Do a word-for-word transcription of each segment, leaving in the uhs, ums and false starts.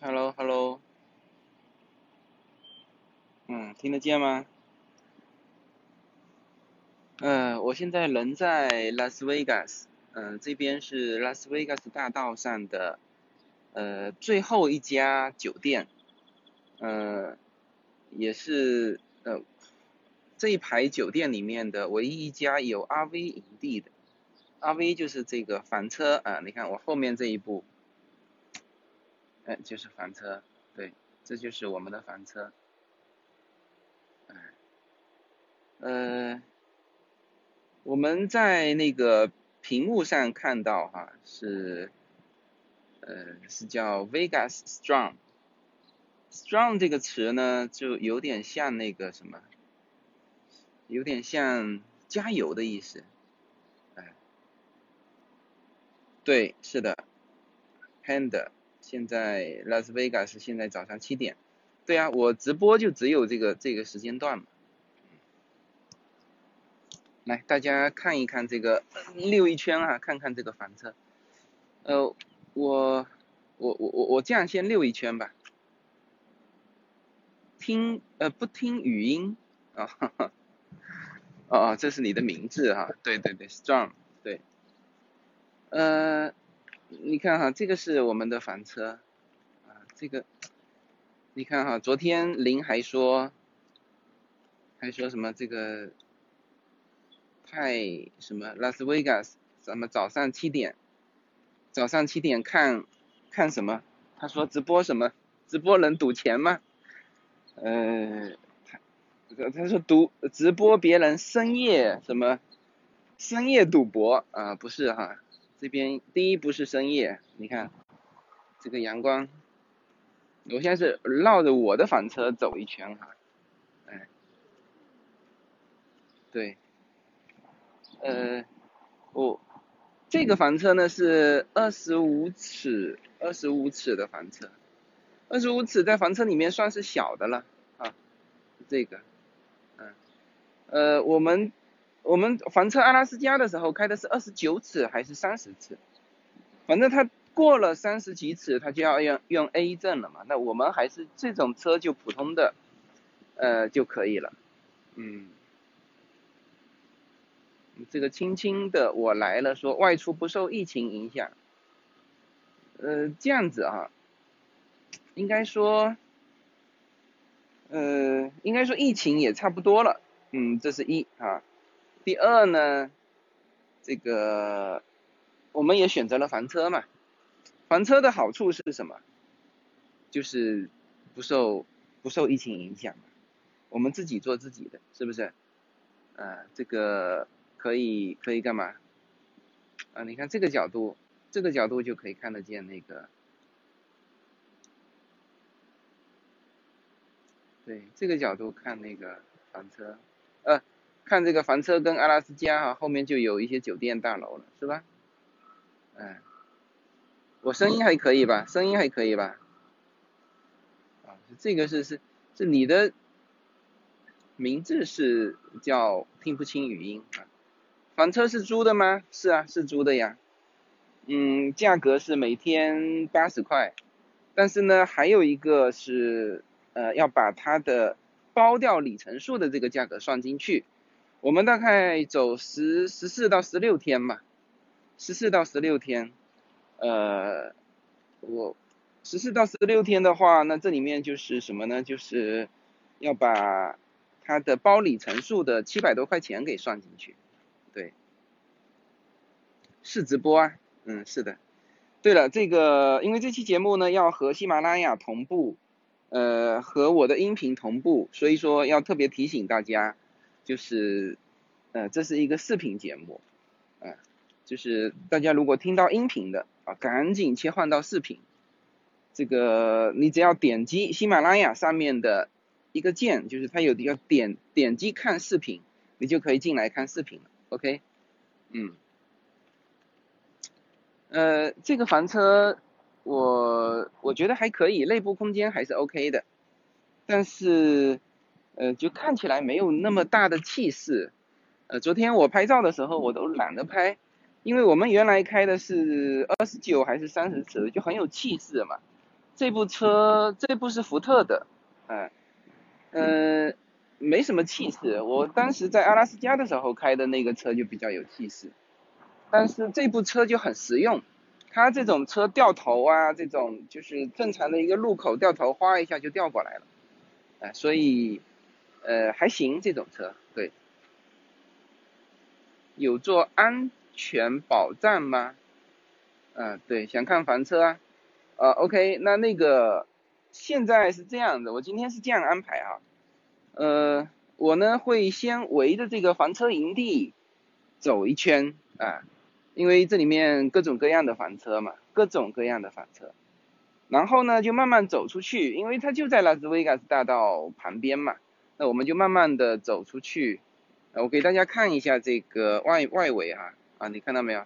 h e l l o h e l l o 嗯，听得见吗？呃，我现在人在拉斯维加斯，嗯、这边是拉斯维加斯大道上的呃最后一家酒店，呃，也是呃这一排酒店里面的唯一一家有 R V 营地的。R V 就是这个房车啊、你看我后面这一部，呃，就是房车，对，这就是我们的房车，呃，我们在那个屏幕上看到哈，是呃是叫 Vegas Strong。Strong 这个词呢，就有点像那个什么，有点像加油的意思。哎，对，是的，Panda。现在拉斯维加斯现在早上七点。对啊，我直播就只有这个这个时间段嘛。来，大家看一看这个溜一圈啊，看看这个房车。呃，我我我我我这样先溜一圈吧。听呃不听语音啊，哈哈，哦哦，这是你的名字哈，对对对，Strong，对，呃，你看哈，这个是我们的房车啊，这个你看哈，昨天林还说还说什么这个太什么拉斯维加斯，什么早上七点早上七点看看什么？他说直播什么？直播能赌钱吗？呃，他他说赌直播别人深夜什么深夜赌博啊、呃不是哈，这边第一不是深夜，你看这个阳光，我现在是绕着我的房车走一圈哈，哎，对，呃，我这个房车呢是二十五尺，二十五尺的房车，二十五尺在房车里面算是小的了啊，这个，嗯，呃，我们我们房车阿拉斯加的时候开的是二十九尺还是三十尺？反正它过了三十几尺，它就要用用 A 证了嘛。那我们还是这种车就普通的，呃就可以了。嗯，这个轻轻的我来了说外出不受疫情影响，呃这样子啊，应该说，呃应该说疫情也差不多了。嗯，这是一啊。第二呢，这个我们也选择了房车嘛。房车的好处是什么？就是不受不受疫情影响嘛。我们自己做自己的，是不是？呃，这个可以可以干嘛？啊，你看这个角度，这个角度就可以看得见那个，对，这个角度看那个房车，呃，看这个房车跟阿拉斯加哈，后面就有一些酒店大楼了，是吧？嗯、我声音还可以吧？声音还可以吧？啊，这个是是是你的名字是叫听不清语音啊。房车是租的吗？是啊，是租的呀。嗯，价格是每天八十块，但是呢，还有一个是呃要把它的包掉里程数的这个价格算进去。我们大概走十十四到十六天嘛，十四到十六天，呃，我十四到十六天的话，那这里面就是什么呢？就是要把它的包里程数的七百多块钱给算进去。对，是直播啊，嗯，是的。对了，这个因为这期节目呢要和喜马拉雅同步，呃，和我的音频同步，所以说要特别提醒大家，就是，呃，这是一个视频节目，啊、呃，就是大家如果听到音频的啊，赶紧切换到视频。这个你只要点击喜马拉雅上面的一个键，就是它有一个点点击看视频，你就可以进来看视频了。OK，嗯。呃，这个房车我我觉得还可以，内部空间还是 OK 的，但是呃就看起来没有那么大的气势。呃，昨天我拍照的时候我都懒得拍，因为我们原来开的是二十九还是三十尺，就很有气势嘛。 这部车这部是福特的，哎、呃，呃没什么气势。我当时在阿拉斯加的时候开的那个车就比较有气势，但是这部车就很实用。它这种车掉头啊，这种就是正常的一个路口掉头，哗一下就掉过来了，哎、呃，所以呃还行这种车，对。有做安全保障吗？嗯、呃，对，想看房车啊。呃，OK，那那个现在是这样的，我今天是这样安排啊。呃，我呢会先围着这个房车营地走一圈啊，因为这里面各种各样的房车嘛，各种各样的房车。然后呢就慢慢走出去，因为它就在拉斯维加斯大道旁边嘛。那我们就慢慢的走出去。我给大家看一下这个外外围哈啊，你看到没有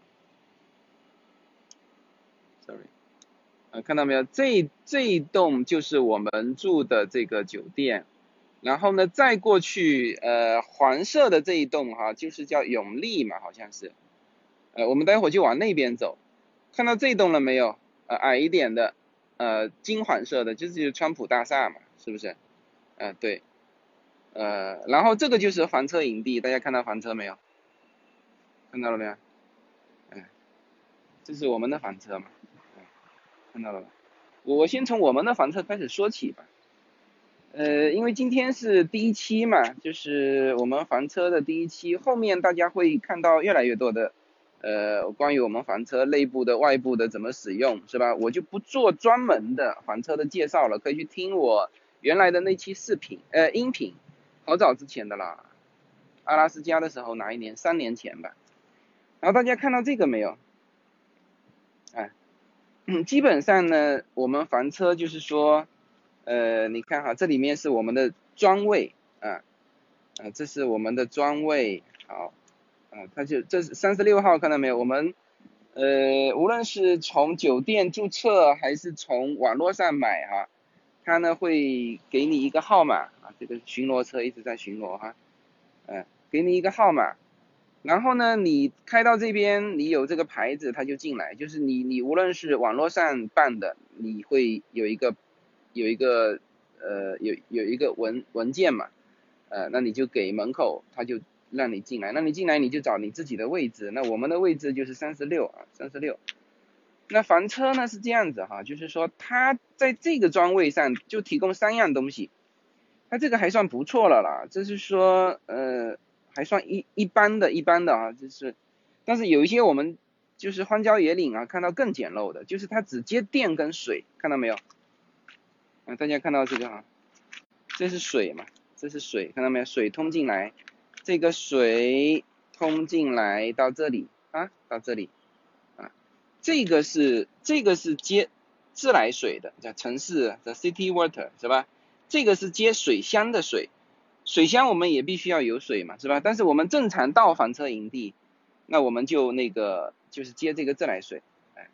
？Sorry。啊，看到没有？这这一栋就是我们住的这个酒店，然后呢，再过去，呃，黄色的这一栋哈，就是叫永利嘛，好像是，呃，我们待会儿就往那边走，看到这栋了没有？呃，矮一点的，呃，金黄色的，就是川普大厦嘛，是不是？呃，对，呃，然后这个就是房车营地，大家看到房车没有？看到了没有？哎、这是我们的房车嘛，哎、看到了吧？我先从我们的房车开始说起吧。呃，因为今天是第一期嘛，就是我们房车的第一期，后面大家会看到越来越多的，呃，关于我们房车内部的、外部的怎么使用，是吧？我就不做专门的房车的介绍了，可以去听我原来的那期视频，呃，音频，好早之前的啦，阿拉斯加的时候哪一年？三年前吧。然后大家看到这个没有？哎，嗯，基本上呢，我们房车就是说，呃，你看哈，这里面是我们的装位啊，啊，这是我们的装位，好，啊，它就这是三十六号，看到没有？我们呃，无论是从酒店注册还是从网络上买哈，它呢会给你一个号码啊，这个巡逻车一直在巡逻哈，嗯、给你一个号码，然后呢，你开到这边，你有这个牌子，它就进来。就是你你无论是网络上办的，你会有一个有一个呃有有一个文文件嘛，呃，那你就给门口，他就让你进来。那你进来你就找你自己的位置。那我们的位置就是三十六啊，三十六。那房车呢是这样子哈，就是说它在这个专位上就提供三样东西。它这个还算不错了啦，就是说呃还算一一般的一般的啊，就是，但是有一些我们就是荒郊野岭啊，看到更简陋的，就是它只接电跟水，看到没有？啊，大家看到这个啊，这是水嘛，这是水，看到没有？水通进来，这个水通进来到这里啊，到这里啊，这个是这个是接自来水的，叫城市的 city water 是吧？这个是接水箱的水，水箱我们也必须要有水嘛，是吧？但是我们正常到房车营地，那我们就那个就是接这个自来水。哎，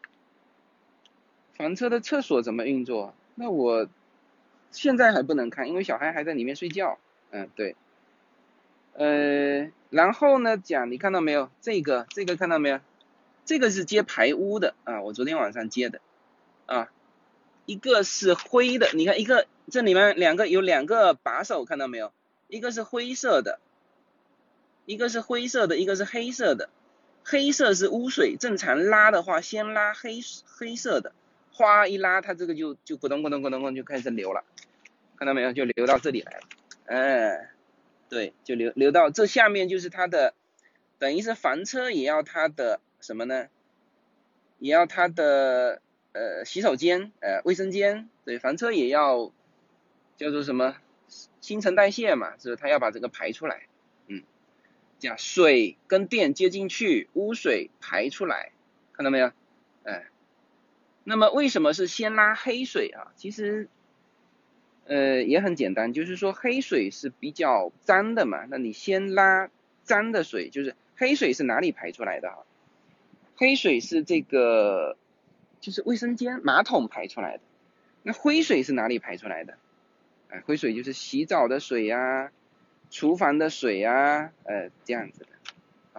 房车的厕所怎么运作？那我现在还不能看，因为小孩还在里面睡觉。嗯，对。呃，然后呢讲，你看到没有？这个这个看到没有？这个是接排污的啊，我昨天晚上接的啊。一个是灰的，你看一个这里面两个有两个把手，看到没有？一个是灰色的，一个是灰色的，一个是黑色的。黑色是污水，正常拉的话，先拉黑黑色的，哗一拉，它这个就就咕咚咕咚咕咚咕咚就开始流了，看到没有？就流到这里来了，哎，对，就流流到这下面就是它的，等于是房车也要它的什么呢？也要它的呃洗手间，呃卫生间，对，房车也要叫做什么新陈代谢嘛，是它要把这个排出来，嗯。讲水跟电接进去，污水排出来，看到没有？哎，那么为什么是先拉黑水啊？其实呃也很简单，就是说黑水是比较脏的嘛，那你先拉脏的水，就是黑水是哪里排出来的啊？黑水是这个就是卫生间马桶排出来的，那灰水是哪里排出来的？哎，灰水就是洗澡的水呀、啊，厨房的水呀、啊，呃这样子的。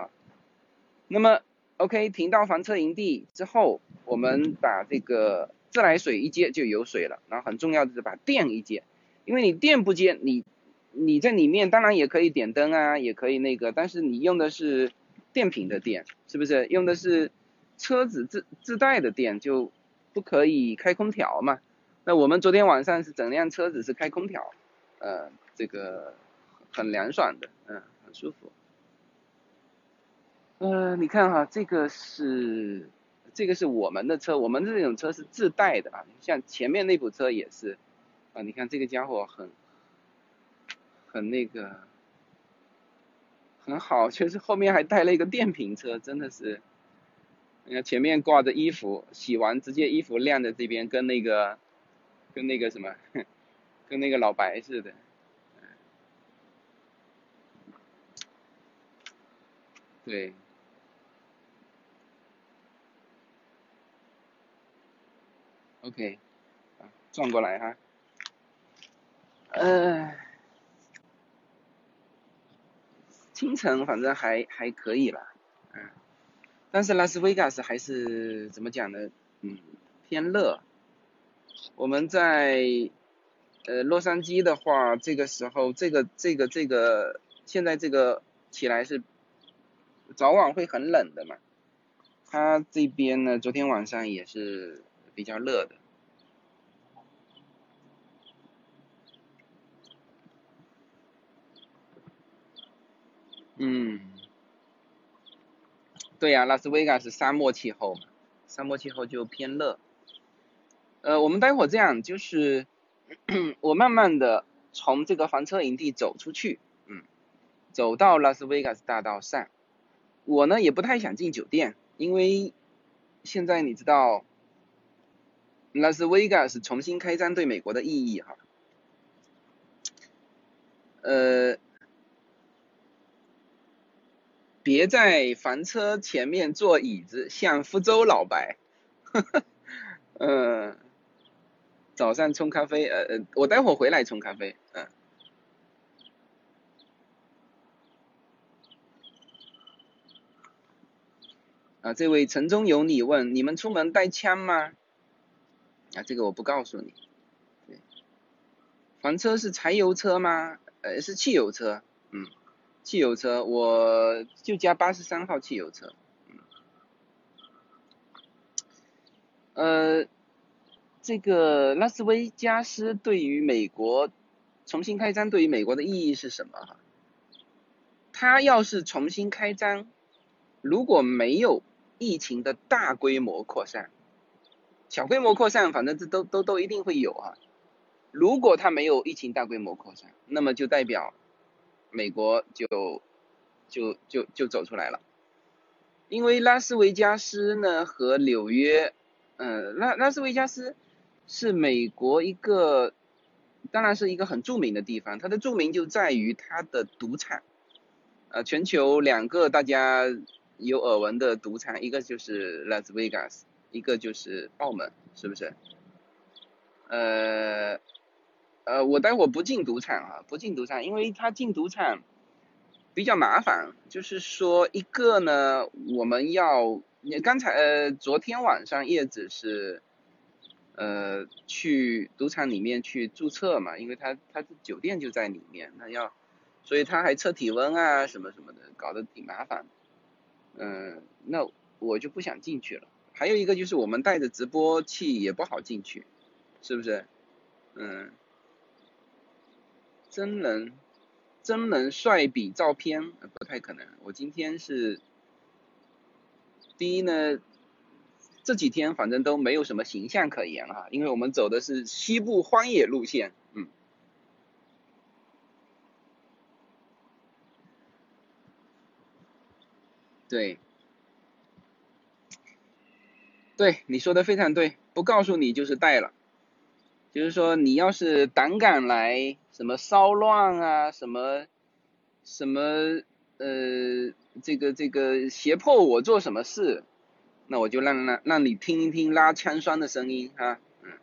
那么 OK 停到房车营地之后，我们把这个自来水一接就有水了，然后很重要的是把电一接，因为你电不接，你你在里面当然也可以点灯啊，也可以那个，但是你用的是电瓶的电，是不是？用的是车子自自带的电，就不可以开空调嘛。那我们昨天晚上是整辆车子是开空调，呃，这个很凉爽的，嗯，很舒服。呃，你看哈，这个是这个是我们的车，我们这种车是自带的啊，像前面那部车也是啊，你看这个家伙很很那个很好，就是后面还带了一个电瓶车，真的是，你看前面挂着衣服，洗完直接衣服晾在这边，跟那个跟那个什么，跟那个老白似的，对，OK，啊，转过来哈，呃，清晨反正还还可以啦，嗯，但是拉斯维加斯还是怎么讲呢？嗯，偏热。我们在呃洛杉矶的话，这个时候这个这个这个现在这个起来是早晚会很冷的嘛。它这边呢，昨天晚上也是比较热的。嗯，对呀，拉斯维加斯沙漠气候嘛，沙漠气候就偏热。呃，我们待会儿这样，就是我慢慢的从这个房车营地走出去，嗯，走到拉斯维加斯大道上。我呢也不太想进酒店，因为现在你知道拉斯维加斯重新开张对美国的意义哈，呃，别在房车前面坐椅子，像福州老白，嗯、呃，早上冲咖啡，呃呃，我待会儿回来冲咖啡，嗯、呃，啊，这位城中有你问，你们出门带枪吗？啊，这个我不告诉你。对，房车是柴油车吗？呃，是汽油车，嗯，汽油车，我就加八十三号汽油车，呃，这个拉斯维加斯对于美国重新开张对于美国的意义是什么？哈，它要是重新开张，如果没有疫情的大规模扩散，小规模扩散反正这都都都一定会有哈。如果它没有疫情大规模扩散，那么就代表美国就就就就走出来了。因为拉斯维加斯呢和纽约，嗯，拉拉斯维加斯是美国一个，当然是一个很著名的地方，它的著名就在于它的赌场，呃，全球两个大家有耳闻的赌场，一个就是拉斯维加斯，一个就是澳门，是不是？呃呃，我待会儿不进赌场啊，不进赌场，因为他进赌场比较麻烦。就是说，一个呢，我们要，你刚才呃，昨天晚上叶子是呃去赌场里面去注册嘛，因为他他酒店就在里面，他要，所以他还测体温啊什么什么的，搞得挺麻烦。嗯、呃，那我就不想进去了。还有一个就是我们带着直播器也不好进去，是不是？嗯，真人真人帅比照片不太可能。我今天是第一呢，这几天反正都没有什么形象可言哈，因为我们走的是西部荒野路线，嗯，对，对，你说的非常对，不告诉你就是带了，就是说你要是胆敢来什么骚乱啊，什么什么呃，这个这个胁迫我做什么事，那我就让让让你听一听拉枪栓的声音哈，嗯，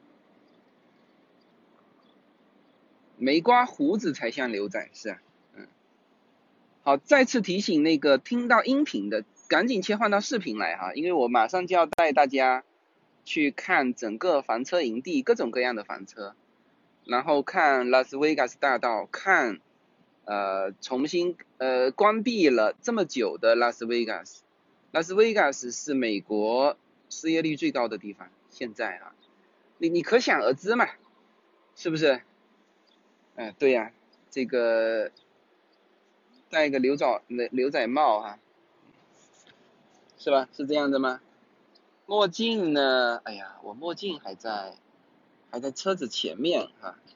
没刮胡子才像牛仔是啊，嗯，好，再次提醒那个听到音频的，赶紧切换到视频来哈，因为我马上就要带大家去看整个房车营地，各种各样的房车，然后看拉斯维加斯大道，看呃重新呃关闭了这么久的拉斯维加斯。拉斯维加斯是美国失业率最高的地方，现在啊，你你可想而知嘛，是不是？哎、呃，对呀、啊，这个戴一个牛仔牛牛仔帽哈、啊，是吧？是这样的吗？墨镜呢？哎呀，我墨镜还在，还在车子前面哈、啊，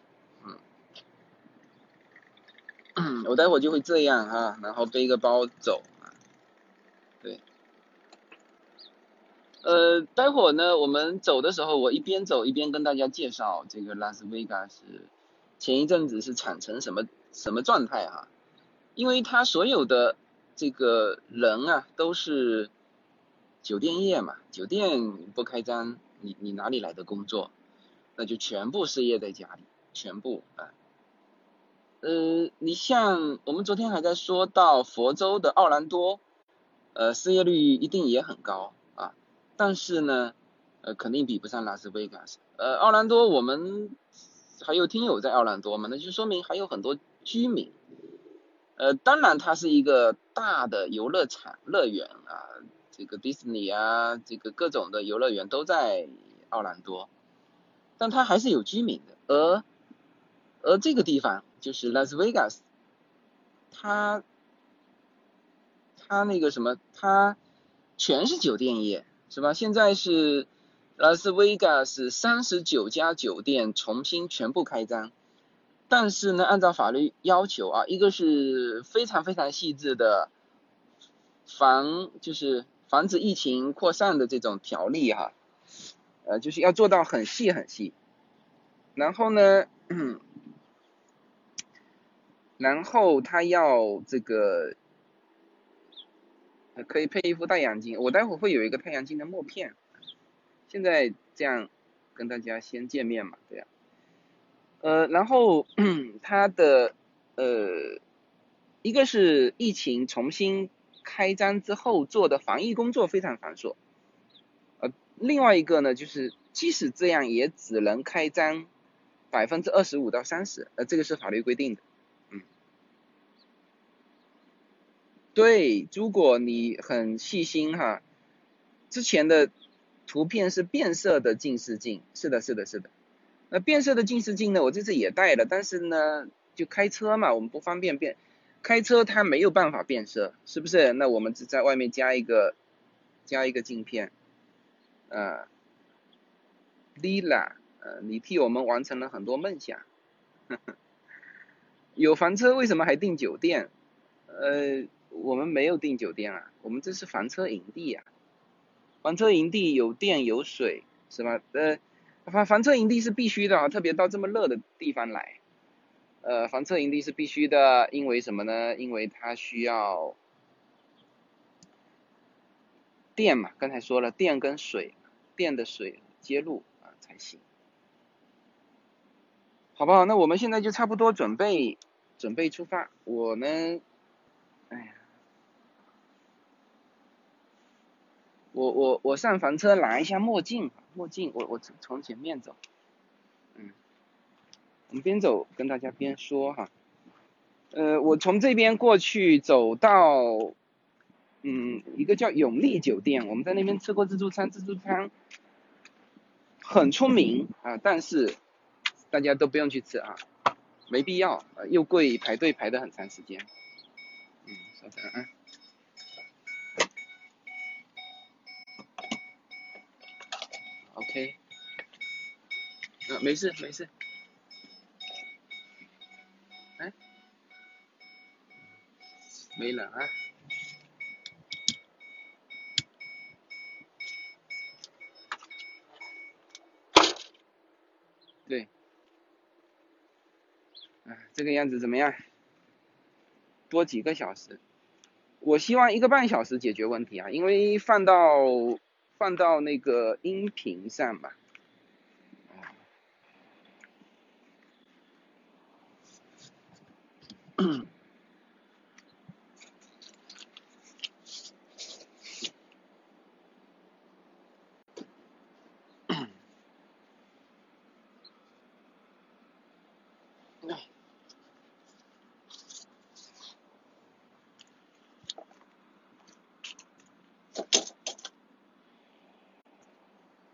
嗯，我待会儿就会这样哈、啊，然后背个包走啊，对，呃，待会儿呢，我们走的时候，我一边走一边跟大家介绍这个拉斯维加斯前一阵子是产成什么什么状态哈、啊，因为他所有的这个人啊都是酒店业嘛，酒店不开张，你你哪里来的工作？那就全部失业在家里，全部啊。呃，你像我们昨天还在说到佛州的奥兰多，呃，失业率一定也很高啊，但是呢，呃，肯定比不上拉斯维加斯。呃，奥兰多我们还有听友在奥兰多嘛，那就说明还有很多居民。呃，当然它是一个大的游乐场乐园啊，这个迪士尼啊，这个各种的游乐园都在奥兰多，但它还是有居民的。而而这个地方就是拉斯维加斯，它它那个什么，它全是酒店业，是吧？现在是拉斯维加斯三十九家酒店重新全部开张，但是呢，按照法律要求啊，一个是非常非常细致的防，就是防止疫情扩散的这种条例哈，呃，就是要做到很细很细。然后呢，嗯，然后他要这个可以配一副太阳镜，我待会儿会有一个太阳镜的默片。现在这样跟大家先见面嘛，对呀、啊。呃，然后他的呃，一个是疫情重新开张之后做的防疫工作非常繁琐，呃，另外一个呢就是即使这样也只能开张百分之二十五到三十，呃，这个是法律规定的，嗯，对，如果你很细心哈，之前的图片是变色的近视镜，是的，是的，是的。那变色的近视镜呢，我这次也带了，但是呢，就开车嘛，我们不方便变，开车它没有办法变色，是不是？那我们只在外面加一个加一个镜片，呃，Lila，呃，你替我们完成了很多梦想。有房车为什么还订酒店？呃，我们没有订酒店啊，我们这是房车营地啊，房车营地有电有水，是吧？呃，房房车营地是必须的啊，特别到这么热的地方来。呃，房车营地是必须的，因为什么呢？因为它需要电嘛，刚才说了，电跟水，电的水接入啊才行，好不好？那我们现在就差不多准备准备出发。我呢，哎呀，我我我上房车拿一下墨镜，墨镜，我我从从前面走，嗯，我们边走跟大家边说哈。呃，我从这边过去走到嗯一个叫永利酒店，我们在那边吃过自助餐，自助餐很出名啊，但是大家都不用去吃啊，没必要，呃、又贵，排队排的很长时间。嗯，稍等啊 ，OK，呃，没事没事，哎，没了啊，对，啊，这个样子怎么样？多几个小时，我希望一个半小时解决问题啊，因为放到放到那个音频上吧。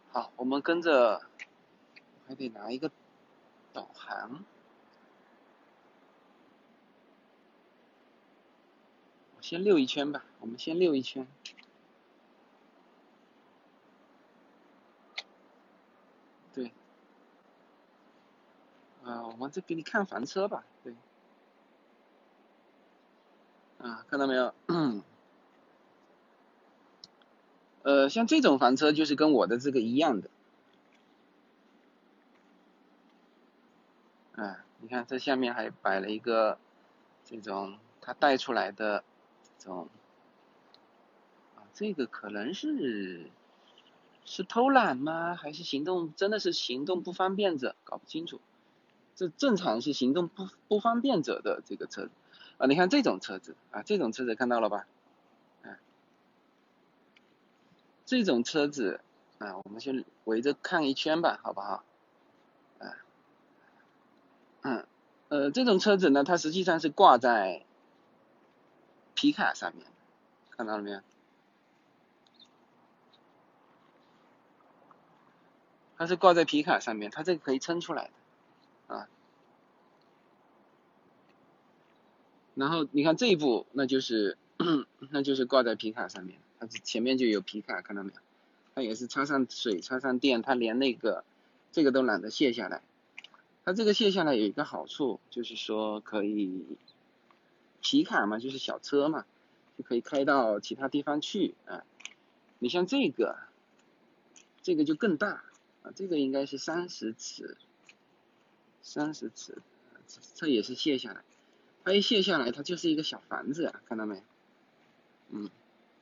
好，我们跟着还得拿一个导航，我先溜一圈吧，我们先溜一圈。对，啊、我们这给你看房车吧，对，啊，看到没有？呃，像这种房车就是跟我的这个一样的，啊，你看这下面还摆了一个这种它带出来的这种，啊，这个可能是是偷懒吗？还是行动真的是行动不方便者？搞不清楚。这正常是行动不不方便者的这个车子啊，你看这种车子啊，这种车子看到了吧？啊，这种车子啊，我们先围着看一圈吧，好不好？啊，嗯，呃，这种车子呢，它实际上是挂在皮卡上面，看到了没有？它是挂在皮卡上面，它这个可以撑出来的啊。然后你看这一步，那就是那就是挂在皮卡上面，它前面就有皮卡，看到没有？它也是插上水、插上电，它连那个这个都懒得卸下来。它这个卸下来有一个好处，就是说可以皮卡嘛，就是小车嘛，就可以开到其他地方去啊。你像这个，这个就更大啊，这个应该是三十尺，三十尺，这也是卸下来。它一卸下来，它就是一个小房子啊，看到没？嗯，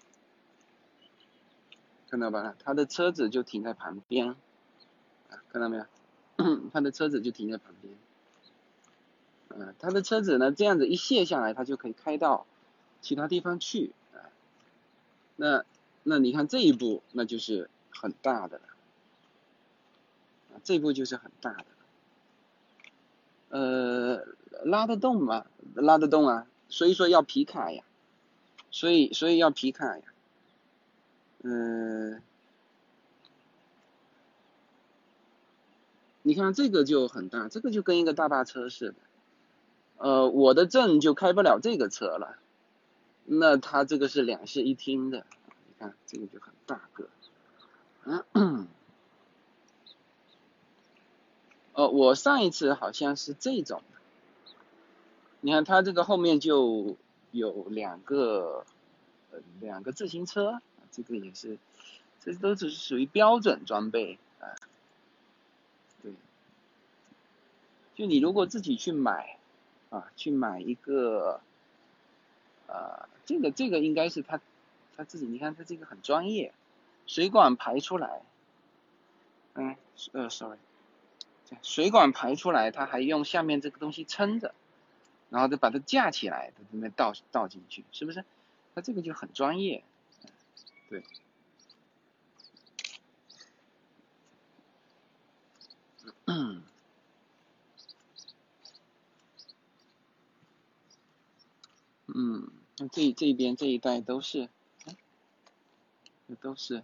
看到吧？它的车子就停在旁边啊，看到没有？它的车子就停在旁边。嗯，它的车子呢，这样子一卸下来，它就可以开到其他地方去啊。那那你看这一步，那就是很大的了啊，这一步就是很大的了。呃，拉得动吗？拉得动啊，所以说要皮卡呀，所以所以要皮卡呀。嗯、呃，你看这个就很大，这个就跟一个大巴车似的。呃，我的镇就开不了这个车了，那它这个是两室一厅的，你看这个就很大个。嗯，呃，我上一次好像是这种，你看它这个后面就有两个，呃，两个自行车，这个也是，这都是属于标准装备啊。对，就你如果自己去买，啊，去买一个，呃，这个这个应该是他他自己，你看他这个很专业，水管排出来，嗯，呃，sorry，水管排出来，他还用下面这个东西撑着。然后再把它架起来，在这边倒倒进去，是不是？它这个就很专业，对，嗯，嗯，那这这边这一带都是，都是，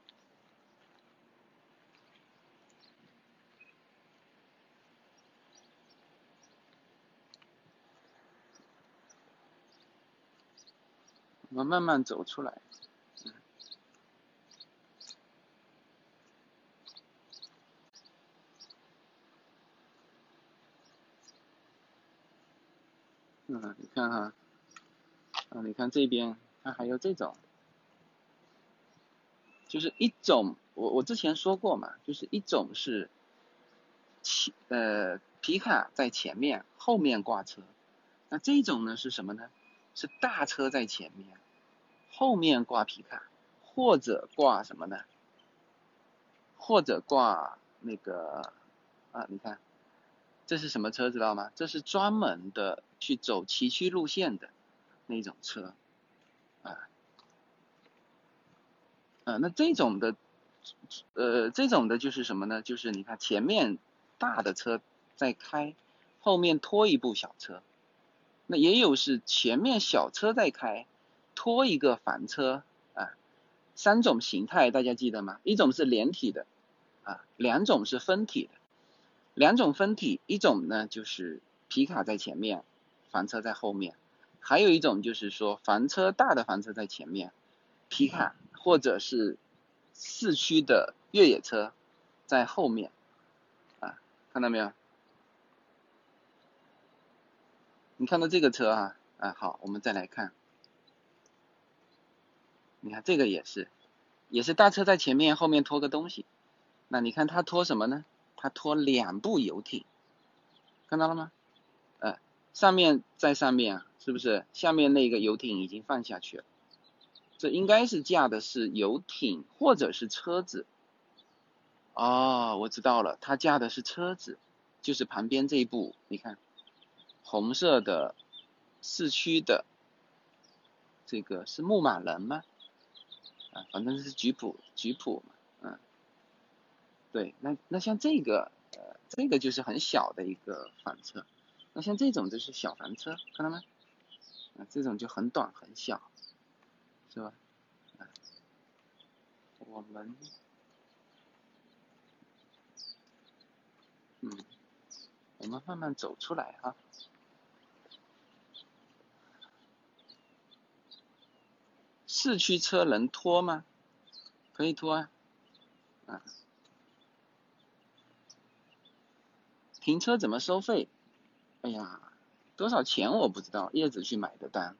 我们慢慢走出来，嗯，你看哈，啊，你看这边它还有这种，就是一种，我我之前说过嘛，就是一种是前呃皮卡在前面，后面挂车，那这种呢是什么呢？是大车在前面，后面挂皮卡，或者挂什么呢？或者挂那个啊，你看这是什么车知道吗？这是专门的去走崎岖路线的那种车啊啊，那这种的呃这种的就是什么呢？就是你看前面大的车在开，后面拖一部小车，那也有是前面小车在开，拖一个房车啊，三种形态大家记得吗？一种是连体的， 啊，两种是分体的，两种分体，一种呢就是皮卡在前面，房车在后面，还有一种就是说房车大的房车在前面，皮卡或者是四驱的越野车在后面啊，看到没有？你看到这个车啊啊，好，我们再来看，你看这个也是，也是大车在前面，后面拖个东西。那你看它拖什么呢？它拖两部游艇，看到了吗？呃，上面在上面啊，是不是？下面那个游艇已经放下去了，这应该是架的是游艇或者是车子。哦，我知道了，它架的是车子，就是旁边这一部，你看，红色的四驱的，这个是牧马人吗？啊，反正是吉普，吉普嘛，嗯，对，那那像这个，呃，这个就是很小的一个房车，那像这种就是小房车，看到吗？啊，这种就很短很小，是吧？啊，我们，嗯，我们慢慢走出来哈。四驱车能拖吗？可以拖啊，啊，停车怎么收费？哎呀，多少钱我不知道，叶子去买的单，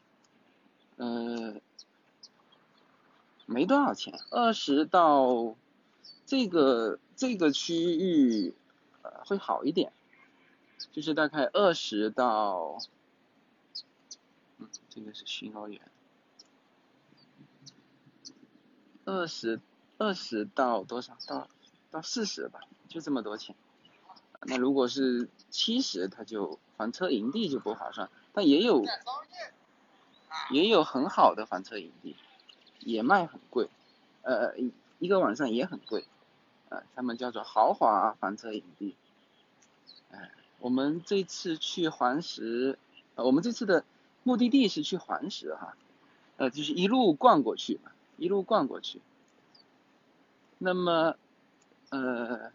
呃，没多少钱，二十到这个这个区域呃会好一点，就是大概二十到，嗯，这个是巡逻员，二十二十到多少？到到四十吧，就这么多钱。那如果是七十，它就房车营地就不划算，但也有也有很好的房车营地，也卖很贵，呃，一个晚上也很贵，呃，他们叫做豪华房车营地。哎，我们这次去黄石，呃，我们这次的目的地是去黄石哈，呃，就是一路逛过去嘛，一路逛过去。那么，呃，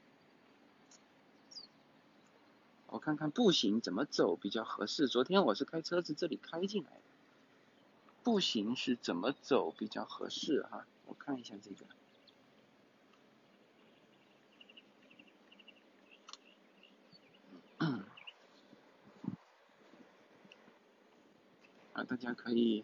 我看看步行怎么走比较合适。昨天我是开车子这里开进来的，步行是怎么走比较合适哈？我看一下这个。啊，大家可以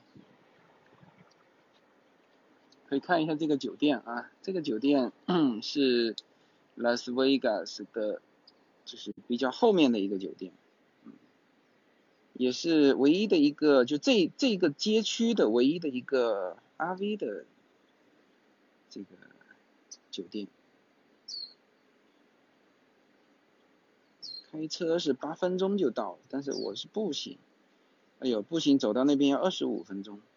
可以看一下这个酒店啊，这个酒店是拉斯维加斯的，就是比较后面的一个酒店，也是唯一的一个，就这这个街区的唯一的一个 R V 的这个酒店。开车是八分钟就到了，但是我是步行，哎呦，步行走到那边要二十五分钟，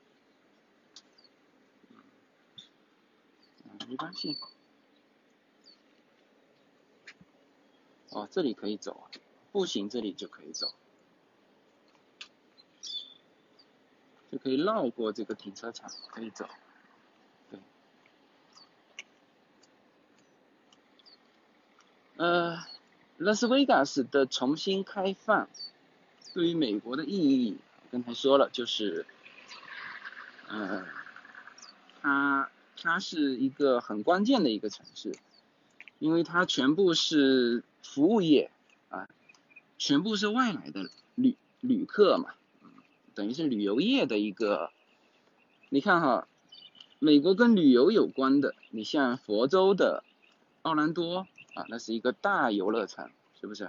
嗯，没关系。哦，这里可以走啊，步行这里就可以走，就可以绕过这个停车场，可以走。对，呃，拉斯维加斯的重新开放对于美国的意义，刚才说了，就是呃，它它是一个很关键的一个城市，因为它全部是服务业啊，全部是外来的旅旅客嘛，等于是旅游业的一个。你看哈，美国跟旅游有关的，你像佛州的奥兰多啊，那是一个大游乐场，是不是？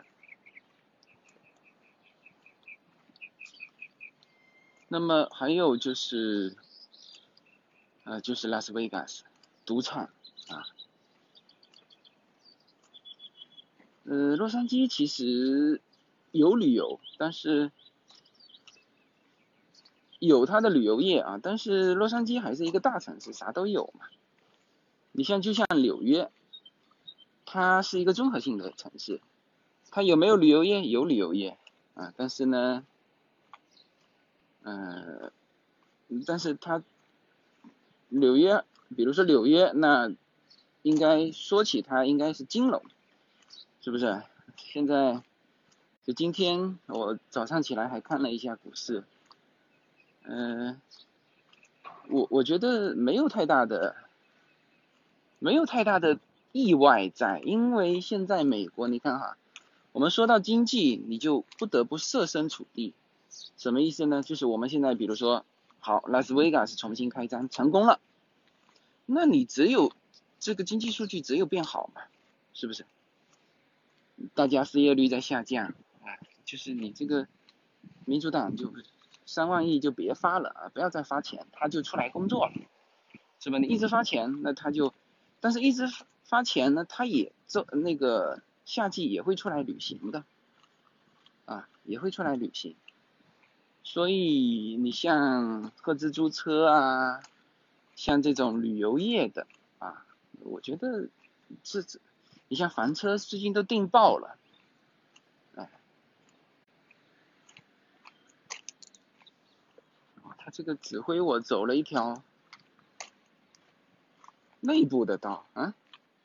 那么还有就是，呃，就是拉斯维加斯赌场啊，呃，洛杉矶其实有旅游，但是有它的旅游业啊，但是洛杉矶还是一个大城市，啥都有嘛。你像就像纽约，它是一个综合性的城市，它有没有旅游业？有旅游业啊，但是呢，呃，但是它纽约，比如说纽约，那应该说起它应该是金融，是不是？现在就今天我早上起来还看了一下股市，嗯、呃，我我觉得没有太大的没有太大的意外在，因为现在美国你看哈，我们说到经济，你就不得不设身处地，什么意思呢？就是我们现在比如说，好，拉斯维加斯重新开张成功了，那你只有这个经济数据只有变好嘛，是不是？大家失业率在下降，啊，就是你这个民主党就三万亿就别发了啊，不要再发钱，他就出来工作了，是吧？你一直发钱，那他就，但是一直发钱呢，他也这那个夏季也会出来旅行的，啊，也会出来旅行。所以你像赫兹租车啊，像这种旅游业的啊，我觉得这这，你像房车最近都订爆了，哎，他这个指挥我走了一条内部的道啊，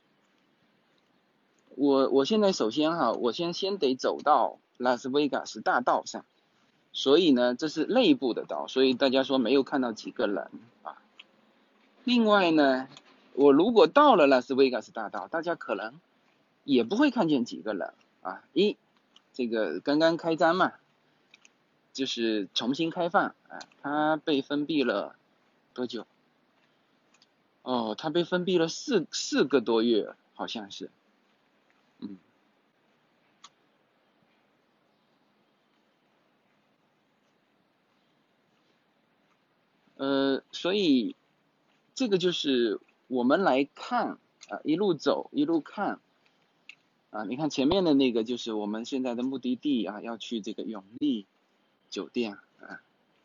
我我现在首先哈，我先先得走到拉斯维加斯大道上，所以呢这是内部的道，所以大家说没有看到几个人啊。另外呢，我如果到了拉斯维加斯大道，大家可能也不会看见几个人啊。一，这个刚刚开张嘛，就是重新开放啊，它被封闭了多久？哦，它被封闭了四四个多月，好像是，嗯，呃，所以这个就是我们来看啊，一路走一路看啊，你看前面的那个就是我们现在的目的地啊，要去这个永利酒店啊，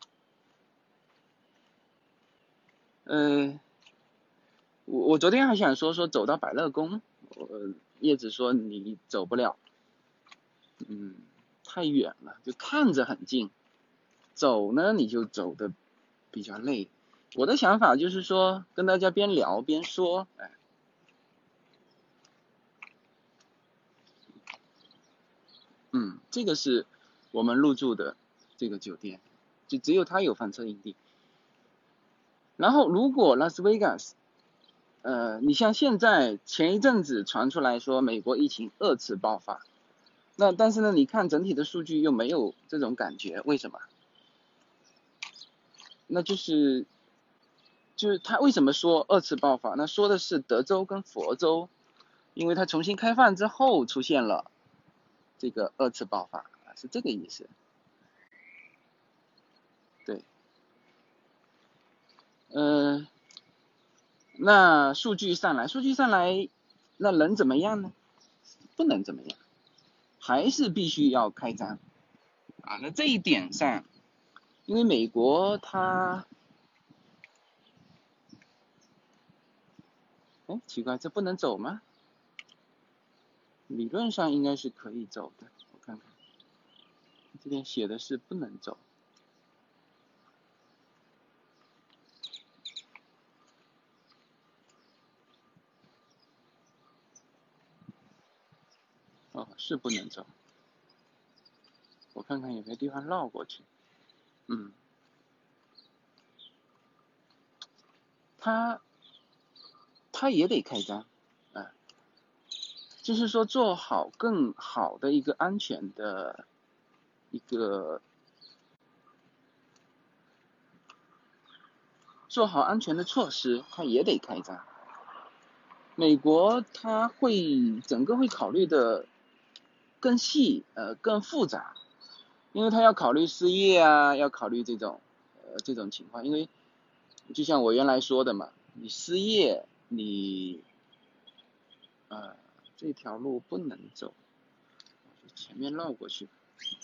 呃，我我昨天还想说说走到百乐宫，呃，叶子说你走不了，嗯，太远了，就看着很近，走呢你就走的比较累。我的想法就是说跟大家边聊边说，哎，嗯，这个是我们入住的这个酒店，就只有它有房车营地。然后如果拉斯维加斯，呃，你像现在前一阵子传出来说美国疫情二次爆发，那但是呢，你看整体的数据又没有这种感觉，为什么？那就是就是他为什么说二次爆发？那说的是德州跟佛州，因为它重新开放之后出现了这个二次爆发，是这个意思。对，呃，那数据上来，数据上来，那能怎么样呢？不能怎么样，还是必须要开张啊。那这一点上，因为美国它，哎，奇怪，这不能走吗？理论上应该是可以走的，我看看，这边写的是不能走。哦，是不能走，我看看有没有地方绕过去。嗯，他他也得开张，啊，就是说做好更好的一个安全的一个做好安全的措施，他也得开张。美国他会整个会考虑的更细，呃，更复杂，因为他要考虑失业啊，要考虑这种呃这种情况，因为就像我原来说的嘛，你失业，你呃这条路不能走，前面绕过去。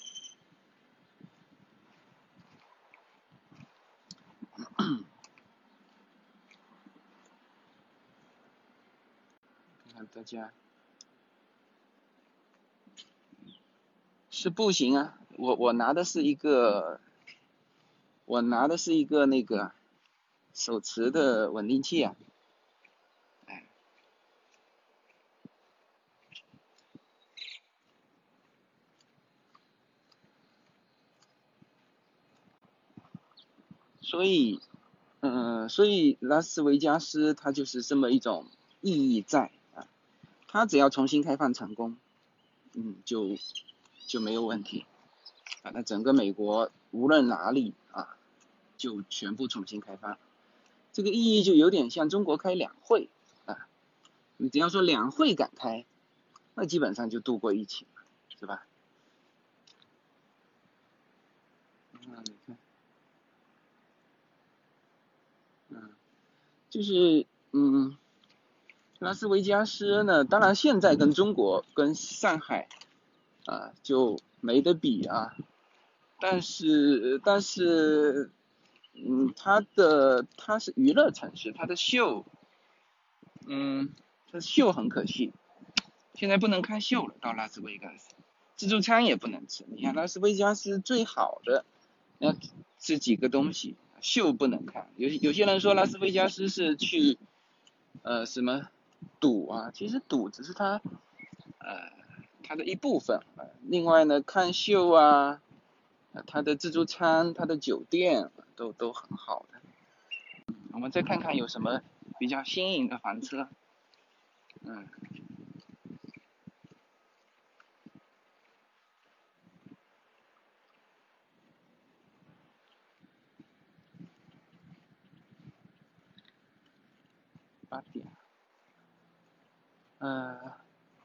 看看大家是步行啊，我我拿的是一个，我拿的是一个那个手持的稳定器啊，哎， 所以，嗯、呃，所以拉斯维加斯它就是这么一种意义在啊，它只要重新开放成功，嗯，就就没有问题啊。那整个美国无论哪里啊，就全部重新开放，这个意义就有点像中国开两会啊，你只要说两会敢开，那基本上就度过疫情了，是吧？嗯，你看，嗯，就是嗯，拉斯维加斯呢，当然现在跟中国跟上海啊就没得比啊，但是但是嗯，它的它是娱乐城市，它的秀，嗯，它的秀很可惜，现在不能看秀了，到拉斯维加斯，自助餐也不能吃。你看拉斯维加斯最好的那这几个东西，秀不能看。有有些人说拉斯维加斯是去呃什么赌啊，其实赌只是它呃它的一部分。呃、另外呢，看秀啊，呃它的自助餐、它的酒店都都很好的。我们再看看有什么比较新颖的房车，嗯。八点，呃，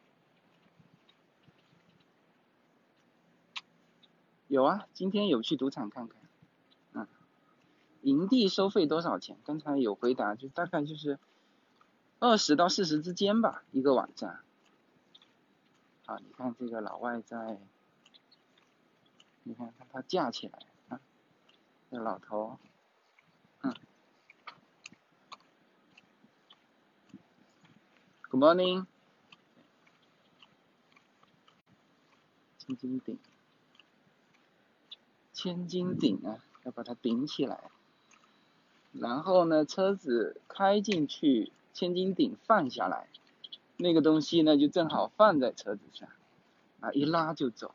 有啊，今天有去赌场看看，嗯，营地收费多少钱？刚才有回答，就大概就是二十到四十之间吧，一个晚上。啊，你看这个老外在，你看他他架起来啊，这老头，嗯 ，Good morning，千斤顶，千斤顶啊，要把它顶起来，然后呢，车子开进去，千斤顶放下来，那个东西呢就正好放在车子上，啊，一拉就走。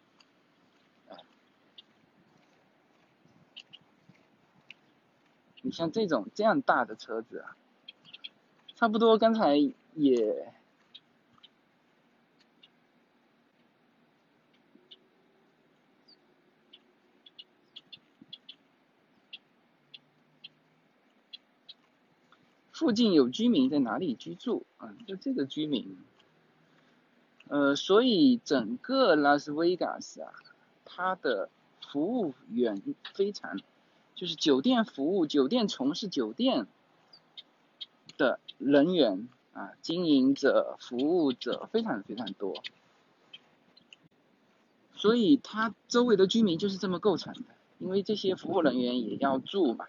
你像这种这样大的车子啊，差不多刚才也附近有居民在哪里居住啊？就这个居民，呃，所以整个拉斯维加斯啊，它的服务员非常，就是酒店服务、酒店从事酒店的人员啊，经营者、服务者非常非常多，所以它周围的居民就是这么构成的，因为这些服务人员也要住嘛。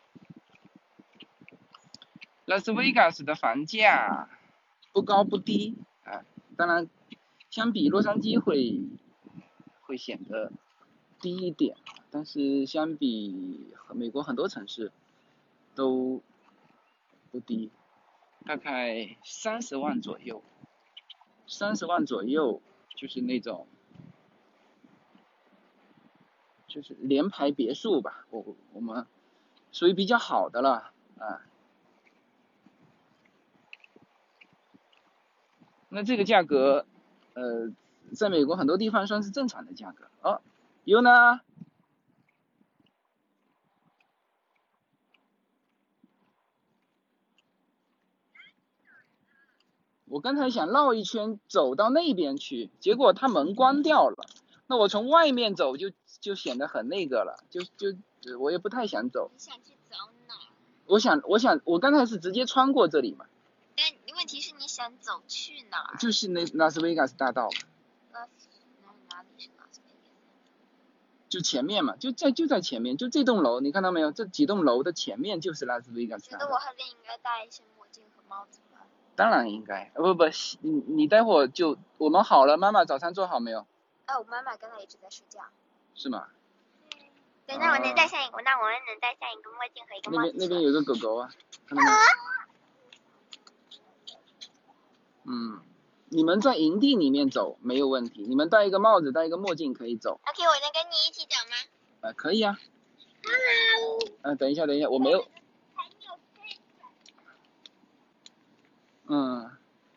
拉斯维加斯的房价不高不低啊，当然相比洛杉矶会会显得低一点，但是相比美国很多城市都不低，大概三十万左右，三十万左右就是那种就是联排别墅吧，我我们属于比较好的了啊。那这个价格，呃，在美国很多地方算是正常的价格。哦，有呢。我刚才想绕一圈走到那边去，结果他门关掉了。那我从外面走就就显得很那个了，就就我也不太想走。 你想去走哪儿？ 我想我想我刚才是直接穿过这里嘛。 但问题是你想走去哪儿？ 就是那拉斯维加斯大道。 拉斯哪里是拉斯维加斯？ 就前面嘛，就在就在前面，就这栋楼，你看到没有？这几栋楼的前面就是拉斯维加斯大道。 觉得我还是应该戴一些墨镜和帽子吧。 当然应该，不不，你你待会儿就我们好了，妈妈早餐做好没有？ 哎，我妈妈刚才一直在睡觉。 是吗？ 对，那我能戴上一个，那我们能戴上一个墨镜和一个帽子。 那边那边有个狗狗啊，看到没？嗯，你们在营地里面走没有问题，你们戴一个帽子，戴一个墨镜可以走。 OK，我能跟你一起走吗？ 呃，可以啊。 Hello。 嗯、呃，等一下，等一下，我没有。嗯。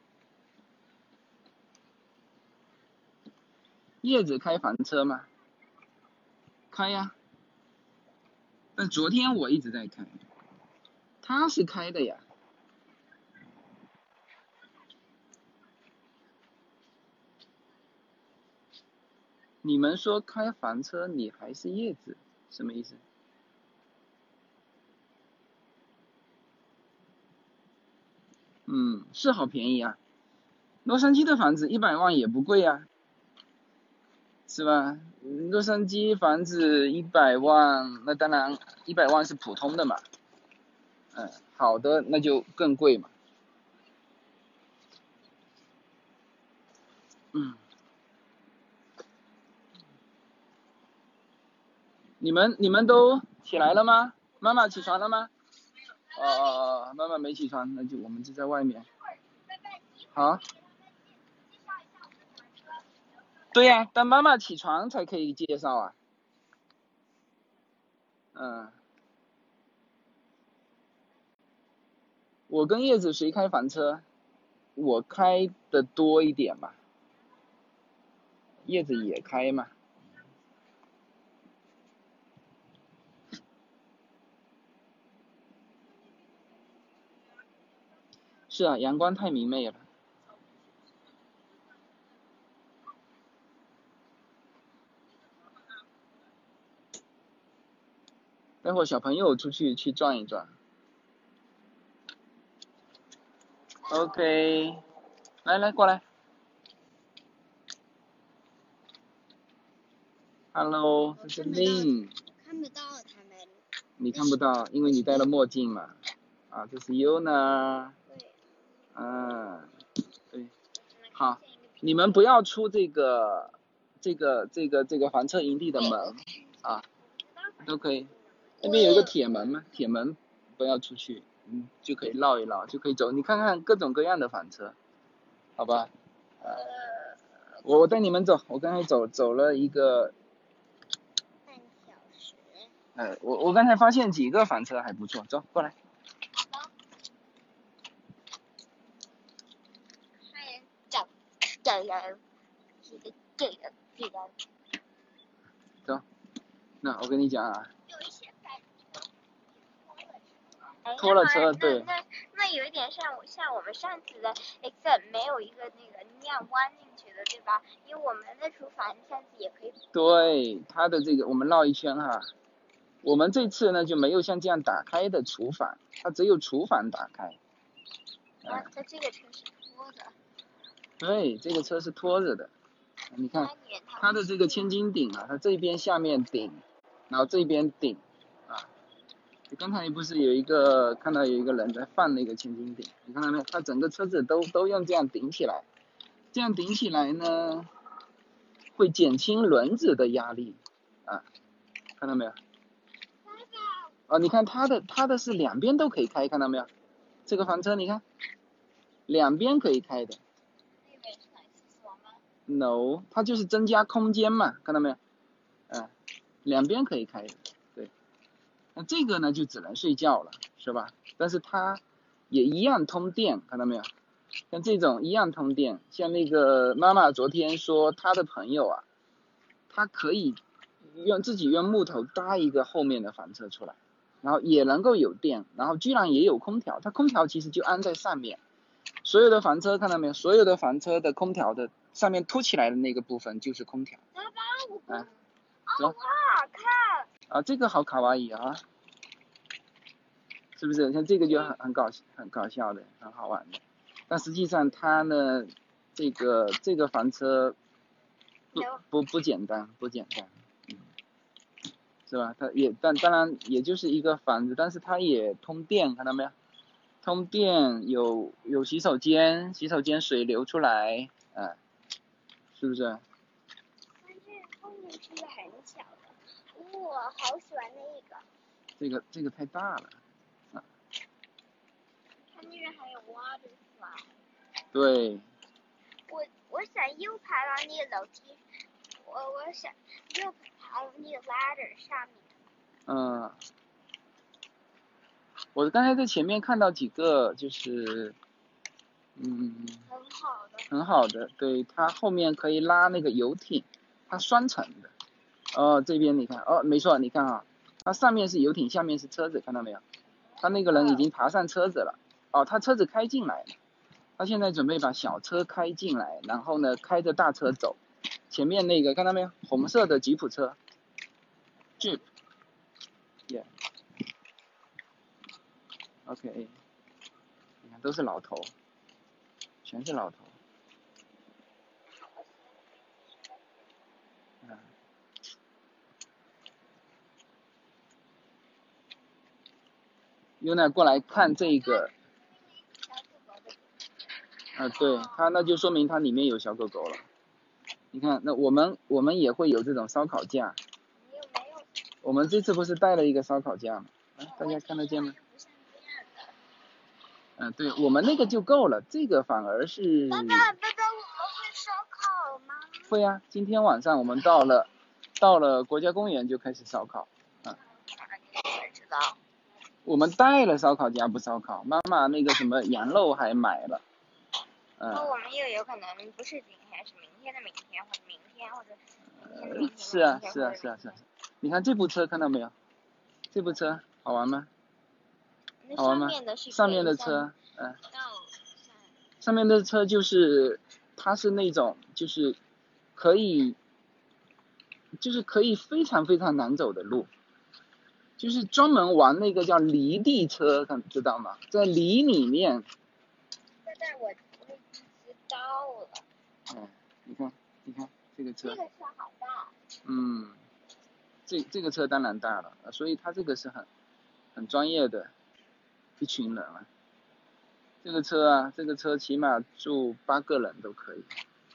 叶子开房车吗？开呀。但昨天我一直在开。他是开的呀。你们说开房车，你还是叶子，什么意思？嗯，是好便宜啊。洛杉矶的房子一百万也不贵啊，是吧？洛杉矶房子一百万，那当然一百万是普通的嘛。嗯，好的那就更贵嘛。嗯。你们你们都起来了吗？妈妈起床了吗？哦哦哦，妈妈没起床，那就我们就在外面。好。对呀、啊，等妈妈起床才可以介绍啊。嗯。我跟叶子谁开房车？我开的多一点嘛。叶子也开嘛。是啊，阳光太明媚了。待会儿小朋友出去去转一转。OK， 来来过来。Hello， 这是 Lin。 看不到他们。 你看不到，因为你戴了墨镜嘛。啊，这是 Yuna。 对。 嗯，对。好，你们不要出这个这个这个这个房车营地的门啊，都可以。那边有一个铁门嘛，铁门不要出去，嗯，就可以绕一绕，就可以走。你看看各种各样的房车，好吧？呃，我我带你们走，我刚才走走了一个半小时。 呃，我我刚才发现几个房车还不错，走过来。 找找人，这个这个这个。 走，那我跟你讲啊。 有一些房车拖了车，对。 那那有一点像我像我们上次的 except 没有一个那个那样弯进去的，对吧？因为我们的厨房上次也可以。 对，它的这个我们绕一圈哈。我们这次呢就没有像这样打开的厨房，它只有厨房打开。 啊，它这个车是拖的。 对，这个车是拖着的。你看它的这个千斤顶啊，它这边下面顶，然后这边顶啊。刚才不是有一个看到有一个人在放那个千斤顶，你看到没有？它整个车子都都用这样顶起来，这样顶起来呢，会减轻轮子的压力啊，看到没有？啊，你看它的它的是两边都可以开，看到没有？这个房车你看，两边可以开的。No， 它就是增加空间嘛，看到没有？嗯、呃，两边可以开的，对。那这个呢就只能睡觉了，是吧？但是它也一样通电，看到没有？像这种一样通电，像那个妈妈昨天说她的朋友啊，他可以用自己用木头搭一个后面的房车出来，然后也能够有电，然后居然也有空调，它空调其实就安在上面。所有的房车看到没有？所有的房车的空调的上面凸起来的那个部分就是空调。 爸爸，我啊， 走。好看。 啊，这个好卡哇伊啊，是不是？像这个就很很搞很搞笑的，很好玩的。但实际上它呢，这个这个房车不不不简单，不简单，嗯，是吧？它也但当然也就是一个房子，但是它也通电，看到没有？通电有有洗手间，洗手间水流出来，哎，是不是？ 但是后面是一个很小的，我好喜欢那个。 这个这个太大了，啊。 它那边还有 water slide。 对。 我我想又爬到那个楼梯，我我想又爬到那个 ladder 上面。 嗯。 我刚才在前面看到几个，就是，嗯， 很好的。 很好的，对，它后面可以拉那个游艇，它双层的。哦，这边你看，哦，没错，你看啊，它上面是游艇，下面是车子，看到没有？他那个人已经爬上车子了。哦，他车子开进来了，他现在准备把小车开进来，然后呢，开着大车走。前面那个看到没有？红色的吉普车 ，Jeep，yeah，OK，、okay. 你看都是老头，全是老头。嗯。优娜过来看这个。啊，对，它那就说明它里面有小狗狗了。你看，那我们我们也会有这种烧烤架。我们这次不是带了一个烧烤架吗？啊，大家看得见吗？嗯、啊，对，我们那个就够了，这个反而是。 爸爸，爸爸，我们会烧烤吗？ 会啊，今天晚上我们到了，到了国家公园就开始烧烤。啊。 你知道。 我们带了烧烤架不烧烤，妈妈那个什么羊肉还买了。嗯。 那我们又有可能不是今天，是明天的明天，或者明天，或者明天的明天。 是啊，是啊，是啊，是啊。你看这部车看到没有？这部车好玩吗？好玩吗？上面的车，嗯。上面的车就是，它是那种就是可以，就是可以非常非常难走的路，就是专门玩那个叫泥地车，知道吗？在泥里面。 现在我我已经知道了。 嗯，你看，你看这个车。 这个车好大。 嗯，这这个车当然大了，所以它这个是很很专业的一群人了。这个车啊，这个车起码住八个人都可以。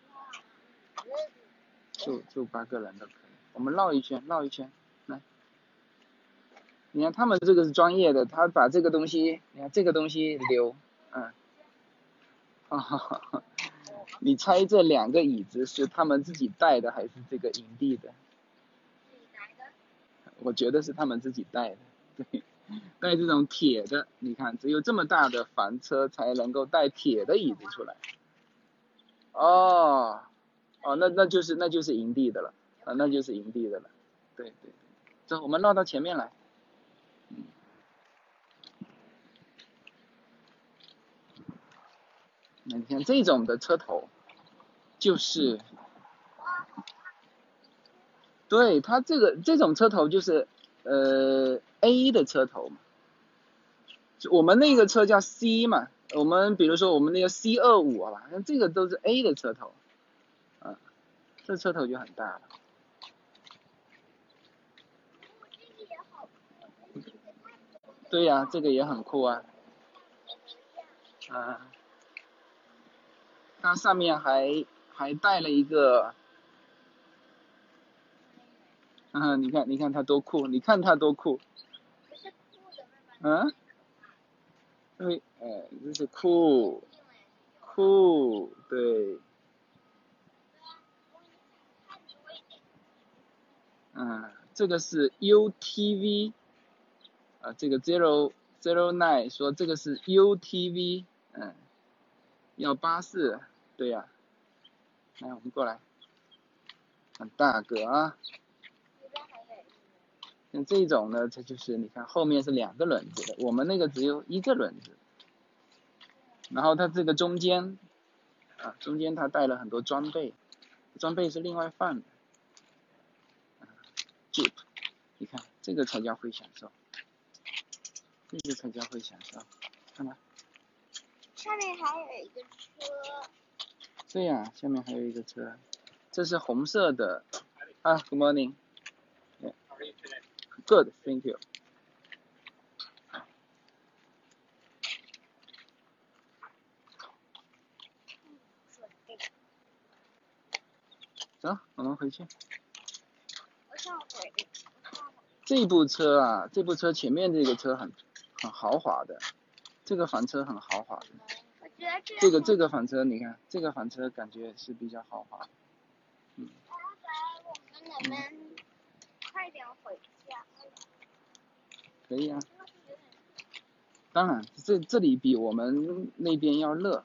住住八个人都可以。我们绕一圈，绕一圈，来。你看他们这个是专业的，他把这个东西，你看这个东西留，嗯。哈哈哈。你猜这两个椅子是他们自己带的还是这个营地的？ 自己带的。 我觉得是他们自己带的，对。带这种铁的，你看只有这么大的房车才能够带铁的椅子出来。哦，哦，那那就是那就是营地的了，啊，那就是营地的了，对对对。走，我们绕到前面来。嗯。那你看这种的车头，就是，对，它这个这种车头就是呃 A 的车头嘛。我们那个车叫 C 嘛，我们比如说我们那个 C 二五好吧，像这个都是 A 的车头，啊，这车头就很大了。对呀、啊，这个也很酷啊。啊，它上面还还带了一个，嗯，你看你看它多酷，你看它多酷。嗯。对，哎，这是酷，酷，对。嗯，这个是 U T V， 啊，这个 zero zero nine 说这个是 U T V， 嗯，要巴士，对呀、啊。来，我们过来，很大个啊。像这种呢，这就是你看后面是两个轮子的，我们那个只有一个轮子。然后它这个中间，啊，中间它带了很多装备，装备是另外放的。Jeep， 你看这个才叫会享受，这个才叫会享受，看到？ 上面还有一个车。 对呀、啊，下面还有一个车，这是红色的。啊 ，Good morning。Good, thank you。走，我们回去。 我上回。 这部车啊，这部车前面这个车很很豪华的，这个房车很豪华的。 我觉得这个这个房车，你看这个房车感觉是比较豪华。嗯。 爸爸，我们能不能快点回家？ 可以啊。 当然，这这里比我们那边要热。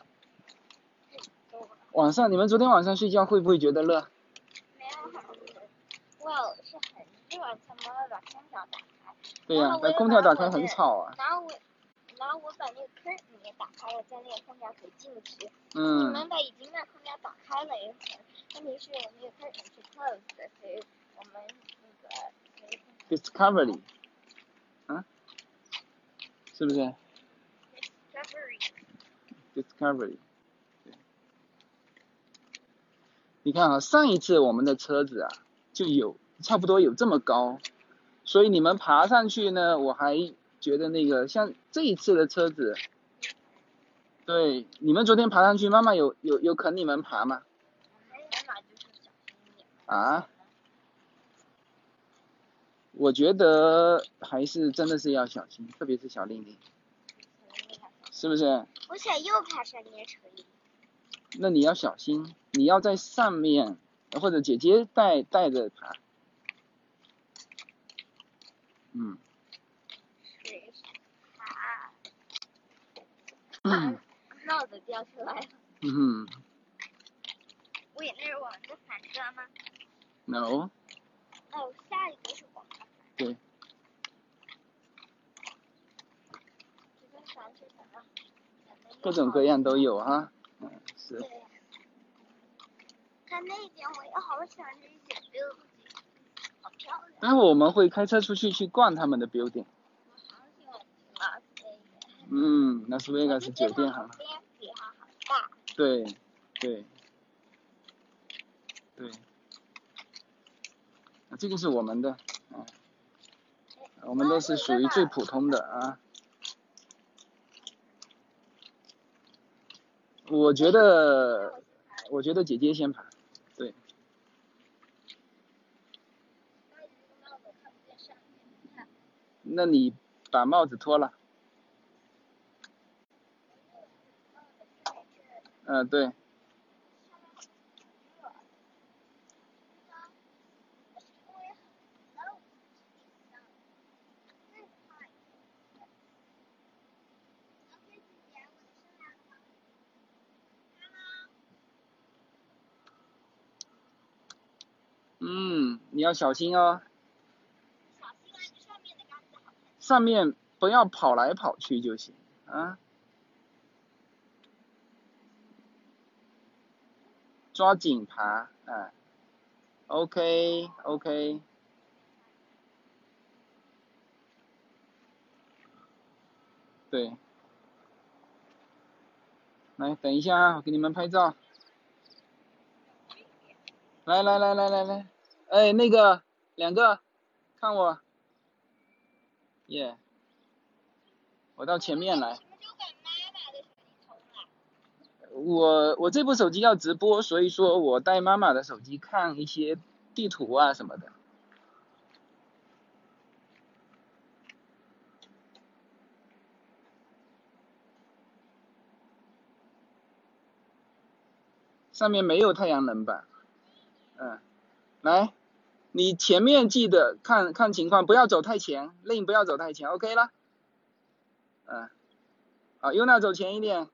晚上你们昨天晚上睡觉会不会觉得热？ 没有很热，我是很热，才没有把空调打开。 对呀、啊，但空调打开很吵啊。 然后我，然后我把那个 curtain 也打开了，在那个空调可以进去。 嗯。 你们把已经把空调打开了一会儿，问题是我那个 curtain 是 closed 的，所以我们那个。 Discovery。啊？是不是 ？Discovery。 Discovery。你看啊，上一次我们的车子啊，就有差不多有这么高，所以你们爬上去呢，我还觉得那个像这一次的车子，对，你们昨天爬上去，妈妈有有有肯你们爬吗？啊？我觉得还是真的是要小心，特别是小令令，是不是？ 我想又爬上列车里。 那你要小心，你要在上面，或者姐姐带带着爬。嗯。 水爬。嗯。帽子掉出来了。 嗯哼。 喂，那是我们的反车吗 ？No。 哦，下一个是我们的反车。 对。 这个反是什么？ 各种各样都有哈。嗯，是。 对。看那边，我也好想这些 building， 好漂亮。 待会我们会开车出去去逛他们的 building。 我好喜欢拉斯维加斯。 嗯，拉斯维加斯酒店哈。 好大。 对，对，对。这个是我们的，嗯，我们都是属于最普通的啊。我觉得，我觉得姐姐先爬，对。那你把帽子脱了。嗯，对。嗯，你要小心哦。 小心啊，这上面的杆子好看。 上面不要跑来跑去就行啊。抓紧爬，哎 ，OK OK。对。来，等一下啊，我给你们拍照。来来来来来来，哎，那个两个，看我，耶、yeah ，我到前面来。我我这部手机要直播，所以说我带妈妈的手机看一些地图啊什么的。上面没有太阳能板。嗯，来，你前面记得看看情况，不要走太前，令不要走太前 ，OK 了。嗯，好 ，Yuna 走前一点。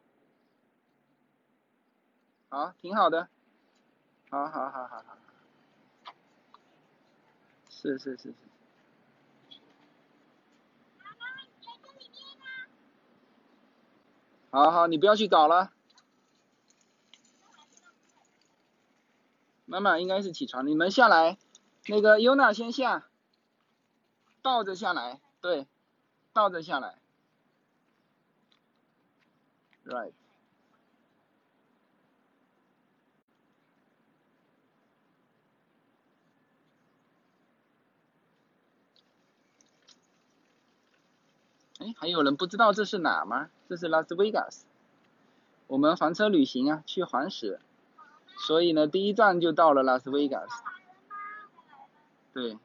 好，挺好的。好好好好好。是是是是。好好，你不要去搞了。妈妈应该是起床，你们下来，那个 Yuna 先下，倒着下来，对，倒着下来 ，right。哎，还有人不知道这是哪吗？这是拉斯维加斯。我们房车旅行啊，去环石，所以呢，第一站就到了拉斯维加斯。对。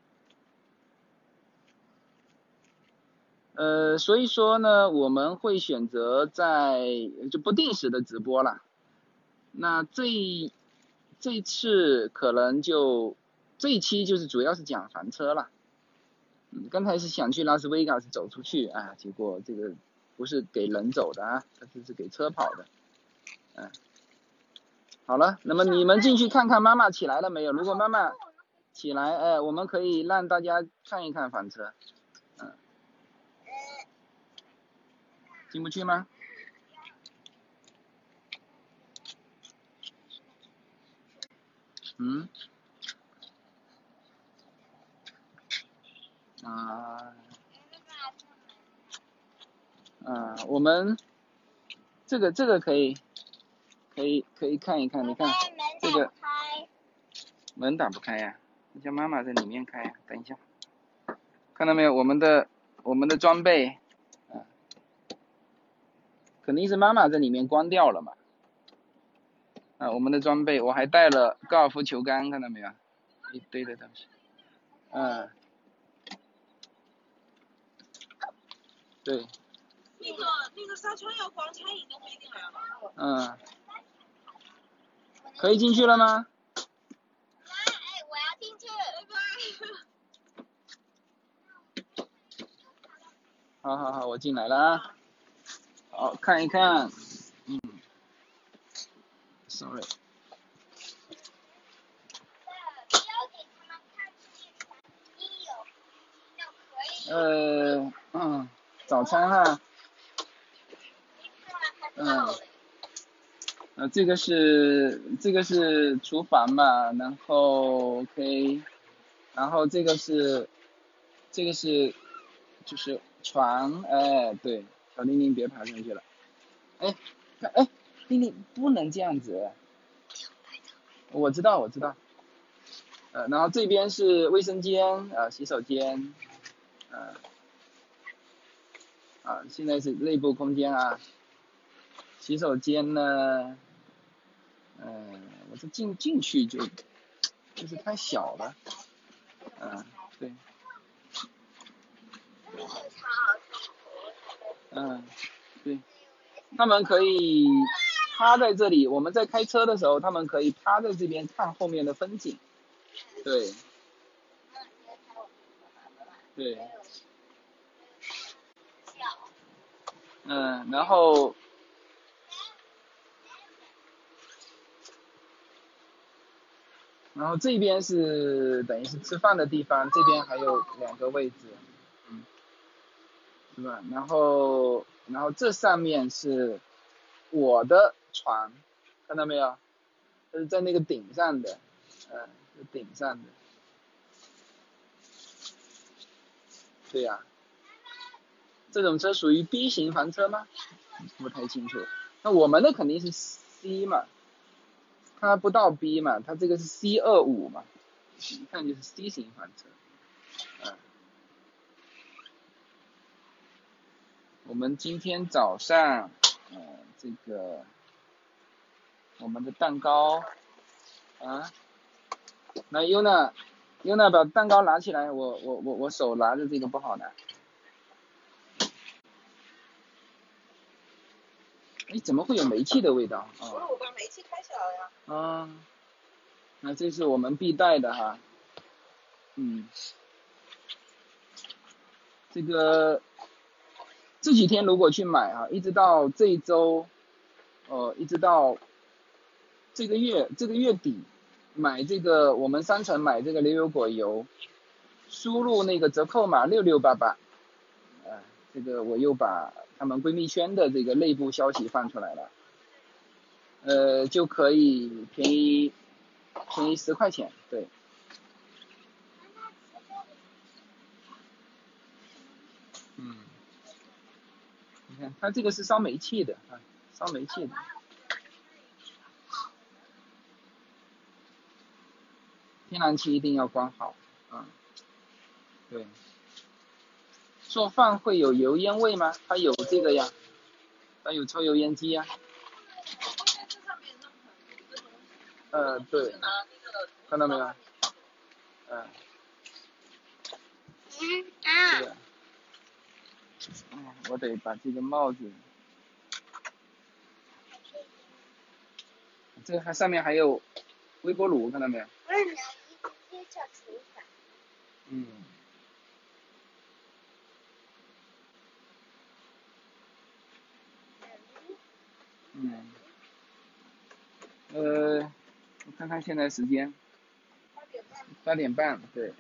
呃，所以说呢，我们会选择在就不定时的直播了。那这这次可能就这一期就是主要是讲房车了。嗯，刚才是想去拉斯维加斯走出去啊，结果这个不是给人走的啊，它这是给车跑的。嗯，好了，那么你们进去看看妈妈起来了没有？如果妈妈起来，哎，我们可以让大家看一看房车。嗯，进不去吗？嗯。啊。啊，我们这个这个可以，可以可以看一看，你看这个门打不开呀，你叫妈妈在里面开呀，等一下，看到没有？我们的我们的装备，啊，肯定是妈妈在里面关掉了嘛。啊，我们的装备，我还带了高尔夫球杆，看到没有？一堆的东西。嗯，对。 那个那个沙川要光餐饮都不一定来了。 嗯。可以进去了吗？ 哎，我要进去。 拜拜。 好好好，我进来了啊。好，看一看。嗯。Sorry。呃，嗯，早餐哈。嗯。呃，这个是这个是厨房嘛，然后 OK， 然后这个是这个是就是床，哎，对，小玲玲别爬上去了，哎，哎，玲玲不能这样子，我知道我知道，呃，然后这边是卫生间，呃，洗手间，呃，啊，现在是内部空间啊，洗手间呢，嗯、呃，我这进进去就就是太小了，嗯、呃，对，嗯，对，他们可以趴在这里，我们在开车的时候，他们可以趴在这边看后面的风景，对，对，嗯，然后。然后这边是等于是吃饭的地方，这边还有两个位置，嗯，是吧？然后然后这上面是我的床，看到没有？它是在那个顶上的，嗯，是顶上的，对呀、啊。这种车属于 B 型房车吗？不太清楚。那我们的肯定是 C 嘛，它不到 B 嘛，它这个是 C 二五嘛，一看就是 C 型房车，嗯。我们今天早上，呃，这个我们的蛋糕，啊，来优娜，优娜把蛋糕拿起来，我我我我手拿着这个不好拿。哎，怎么会有煤气的味道？啊、 不是，我把煤气开起来了呀。 啊，那这是我们必带的哈，嗯，这个这几天如果去买啊，一直到这一周，呃，一直到这个月这个月底，买这个我们商城买这个牛油果油，输入那个折扣码六六八八，呃，这个我又把他们闺蜜圈的这个内部消息放出来了，呃，就可以便宜便宜十块钱，对。嗯，你看它这个是烧煤气的啊，烧煤气的。天然气一定要关好，啊，对。做饭会有油烟味吗？它有这个呀，它有抽油烟机呀。呃，对，看到没有？嗯。 嗯啊。 是的。嗯，我得把这个帽子。这个还上面还有微波炉，看到没有？ 不是，你要一直接叫厨房。 嗯。 呃，我看看现在时间， 八点半。 八点半，对。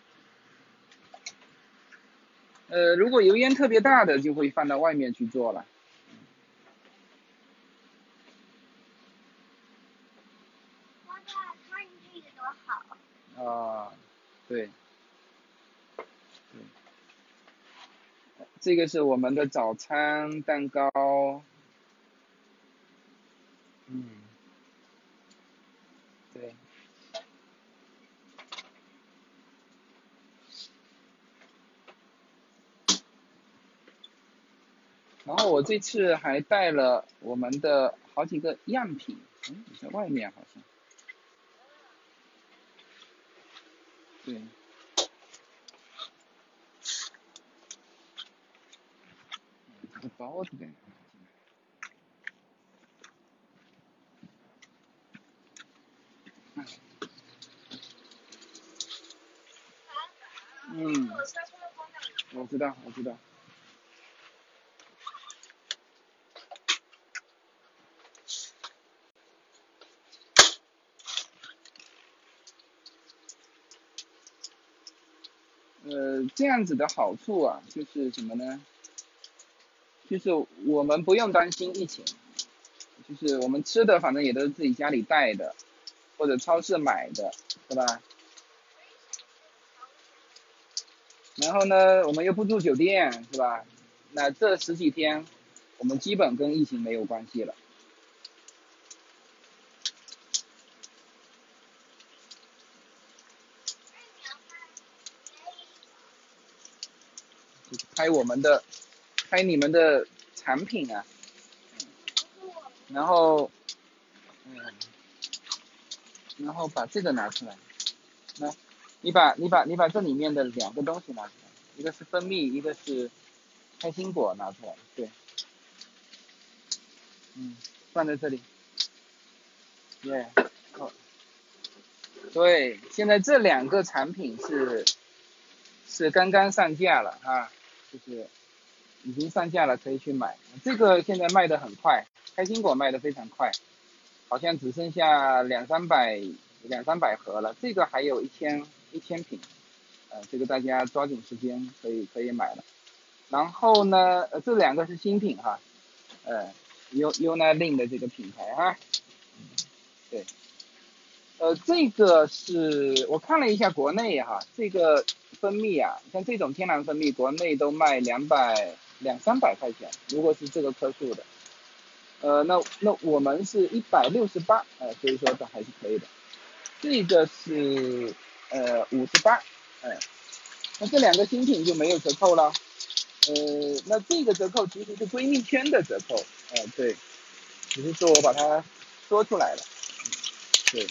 呃，如果油烟特别大的，就会放到外面去做了。 哇，看这个多好。 啊，对，对，这个是我们的早餐蛋糕。嗯，对。然后我这次还带了我们的好几个样品，嗯，你在外面好像。对。这个包子在哪？嗯，我知道，我知道。呃，这样子的好处啊，就是什么呢？就是我们不用担心疫情，就是我们吃的反正也都是自己家里带的，或者超市买的，对吧？然后呢，我们又不住酒店，是吧？那这十几天，我们基本跟疫情没有关系了。拍我们的，拍你们的产品啊，然后，嗯，然后把这个拿出来，来，你把你把你把这里面的两个东西拿出来，一个是蜂蜜，一个是开心果拿出来，对，嗯，放在这里，对，哦，对，现在这两个产品是是刚刚上架了啊，就是已经上架了，可以去买。这个现在卖的很快，开心果卖的非常快，好像只剩下两三百两三百盒了。这个还有一千一千瓶，呃，这个大家抓紧时间可以可以买了。然后呢，呃，这两个是新品哈，呃，U Unilin 的这个品牌哈，对。呃，这个是我看了一下国内哈，这个蜂蜜啊，像这种天然蜂蜜，国内都卖两百两三百块钱，如果是这个颗数的，呃，那那我们是一百六十八，呃，所以说这还是可以的。这个是呃五十八，哎，那这两个新品就没有折扣了，呃，那这个折扣其实是闺蜜圈的折扣，呃，对，只是说我把它说出来了，对。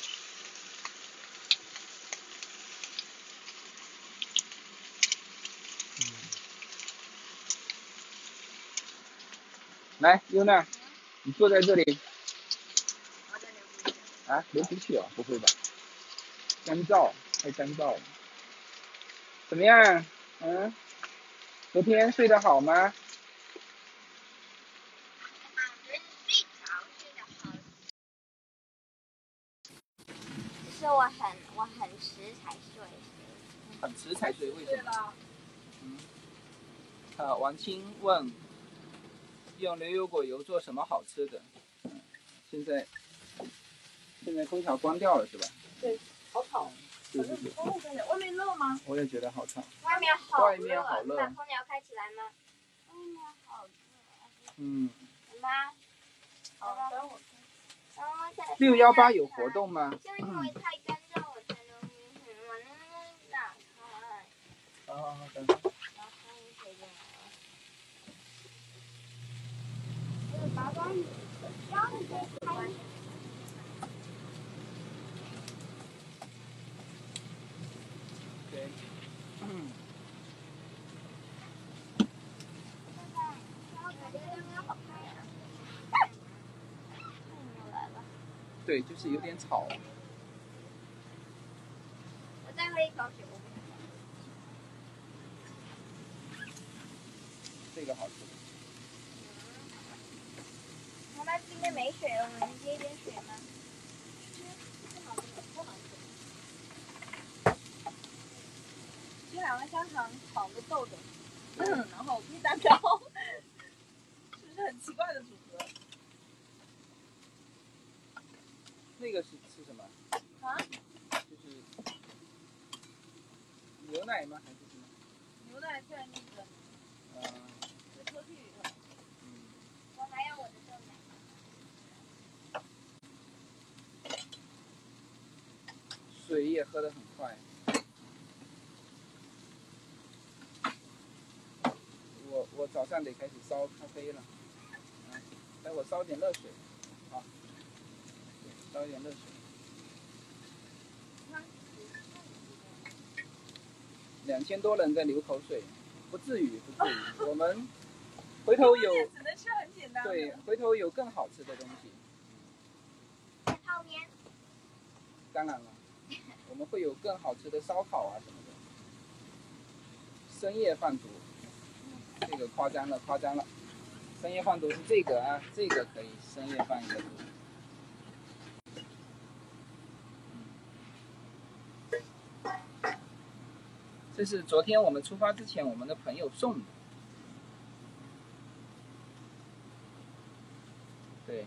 来，优娜，你坐在这里。啊，流鼻血啊？不会吧？干燥，太干燥了。怎么样？嗯，昨天睡得好吗？ 是我很我很迟才睡。 很迟才睡，为什么？嗯。啊，王青问，用牛油果油做什么好吃的？嗯，现在现在空调关掉了是吧？ 对，好吵。 是是是。 外面热吗？ 我也觉得好吵。 外面好外面好热。 把空调开起来吗？外面好热。 嗯。 妈。 好，等我看。 六幺八有活动吗？ 就因为太干燥，我才能我能不能打开？ 好好好，等会。 然后可以进来了。这个爸爸，你这样子开。 对。嗯。对，就是有点吵。 我再喝一口水。 这个好吃。 妈妈今天没水了，我们接一点水吗？ 香肠炒个豆豆，嗯，然后配蛋糕，是不是很奇怪的组合？ 那个是是什么？ 啊？ 就是牛奶吗？还是什么？ 牛奶在那个嗯、 在抽屉里头。 嗯。 我还要我的豆奶。 水也喝得很快。我我早上得开始烧咖啡了，嗯，待会烧点热水，啊，烧一点热水。两千多人在流口水，不至于不至于，我们回头有只能吃很简单的。 对，回头有更好吃的东西。 泡面。 当然了，我们会有更好吃的烧烤啊什么的。深夜饭族，这个夸张了，夸张了。深夜饭族是这个啊，这个可以深夜饭一个族。这是昨天我们出发之前我们的朋友送的。对。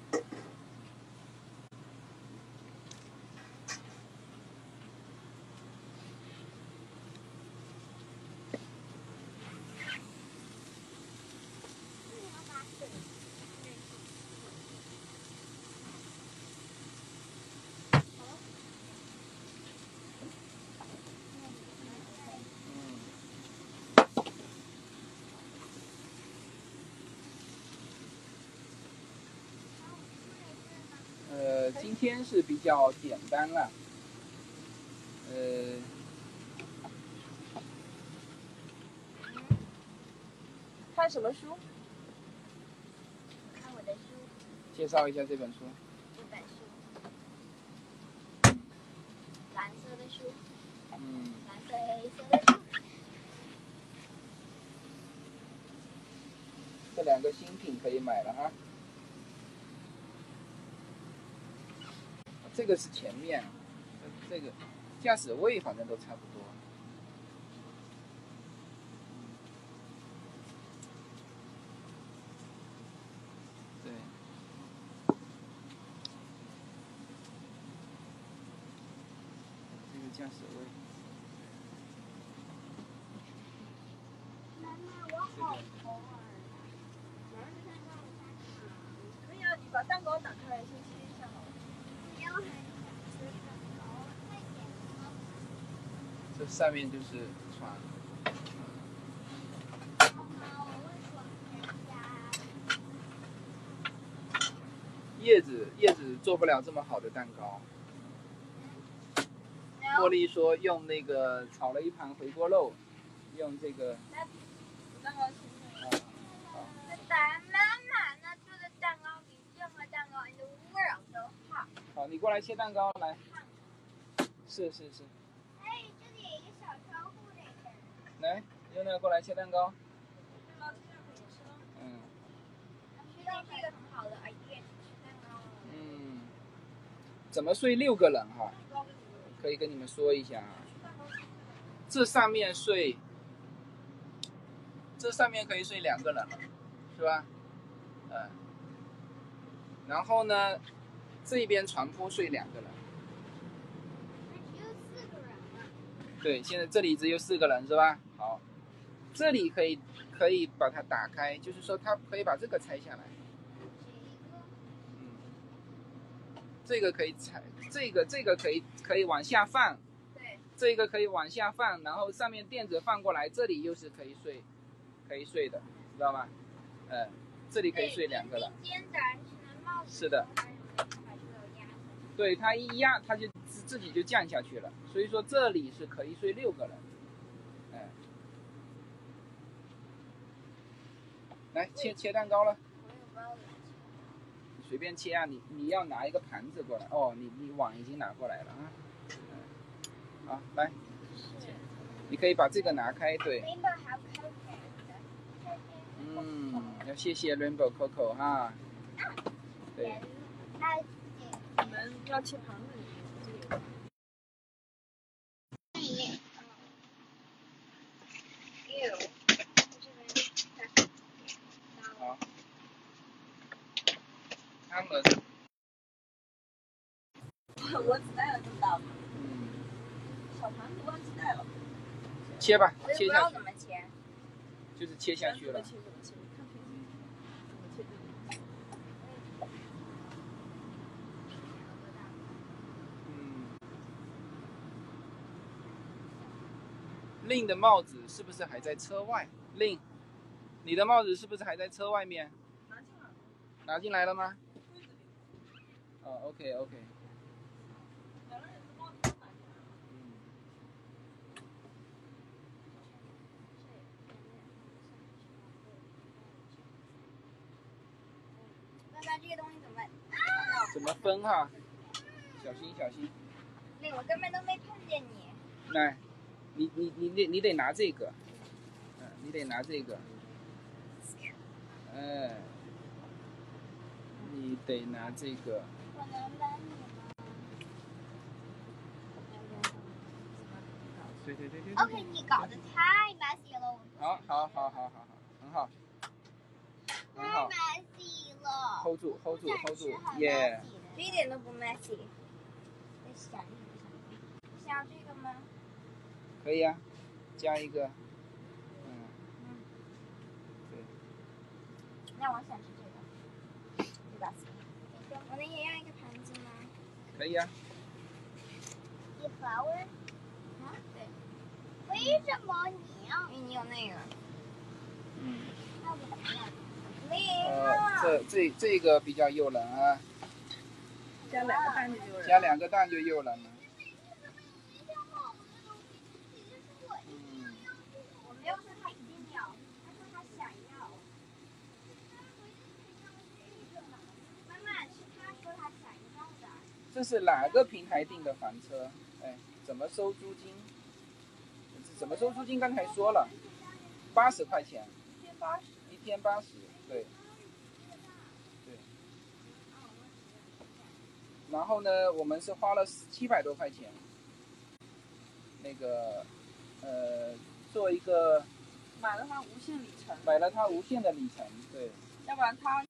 呃，今天是比较简单了，呃， 看什么书？ 看我的书。 介绍一下这本书。 这本书。蓝色的书。 嗯。 蓝色黑色的书。 这两个新品可以买了哈。这个是前面，这个驾驶位反正都差不多。对。这个驾驶位。 妈妈，我好头啊！ 可以啊，你把蛋糕打开来先切一下好了。 不要很想吃蛋糕，太咸了。 这上面就是船。 妈妈，我为什么人家？ 叶子叶子做不了这么好的蛋糕。茉莉说用那个炒了一盘回锅肉，用这个。 蛋糕切啊。 爸妈妈那做的蛋糕比任何蛋糕 in the world 都好。 好，你过来切蛋糕来。是是是。 哎，这里有一个小窗户那个。 来，优娜过来切蛋糕。嗯。 这是一个很好的 idea， 吃蛋糕。 嗯。怎么睡六个人哈？可以跟你们说一下啊。这上面睡，这上面可以睡两个人了，是吧？嗯。然后呢，这边床铺睡两个人。 只有四个人了。 对，现在这里只有四个人是吧？好，这里可以可以把它打开，就是说它可以把这个拆下来。嗯。这个可以拆，这个这个可以可以往下放。 对。 这个可以往下放，然后上面垫子放过来，这里又是可以睡，可以睡的，知道吗？嗯，这里可以睡两个人。是的。对，它一压，它就自自己就降下去了，所以说这里是可以睡六个人。嗯。来切切蛋糕了。随便切啊，你你要拿一个盘子过来。哦，你你碗已经拿过来了啊。嗯。好，来。你可以把这个拿开，对。嗯，要谢谢 Rainbow Coco 哈。对。 你们要切盘子。 我只带了这么大， 嗯， 小盘子忘记带了。 切吧， 我也不知道切下去， 怎么切。 就是切下去了。 切怎么切？你看片子，怎么切这个？ 嗯。令的帽子是不是还在车外？令，你的帽子是不是还在车外面？ 拿进来。 拿进来了吗？ 柜子里。 哦 ，OK OK。 两个人的帽子都拿进来了。 嗯。 爸爸，这个东西怎么？ 怎么分哈？小心小心。 那我根本都没看见你。 来，你你你得你得拿这个，嗯，你得拿这个，哎，你得拿这个。 我能帮你吗？ 对对对对。 OK，你搞得太 messy 了。 好，好，好，好，好，好，很好，很太好。 messy 了。 hold 住 hold 住 hold 住， 耶 yeah。 这一点都不 messy。再想一想，想要这个吗？ 可以啊，加一个，嗯， 嗯。 对。 那我想吃这个。对吧？我能也要一个盘子吗？ 可以啊。 一 flower。啊？对。为什么你要？因为你有那个。 嗯。 那我不要。 呃，这这这个比较诱人啊。 加两个蛋就诱人。 加两个蛋就诱人了。嗯。 我没有说他一定要，他说他想要。妈妈，是他说他想要的。 这是哪个平台订的房车？哎，怎么收租金？怎么收租金？刚才说了，八十块钱。 一天八十。 一天八十，对。对。然后呢，我们是花了七百多块钱，那个，呃，做一个。 买了它无限里程。 买了它无限的里程，对。 要不然它。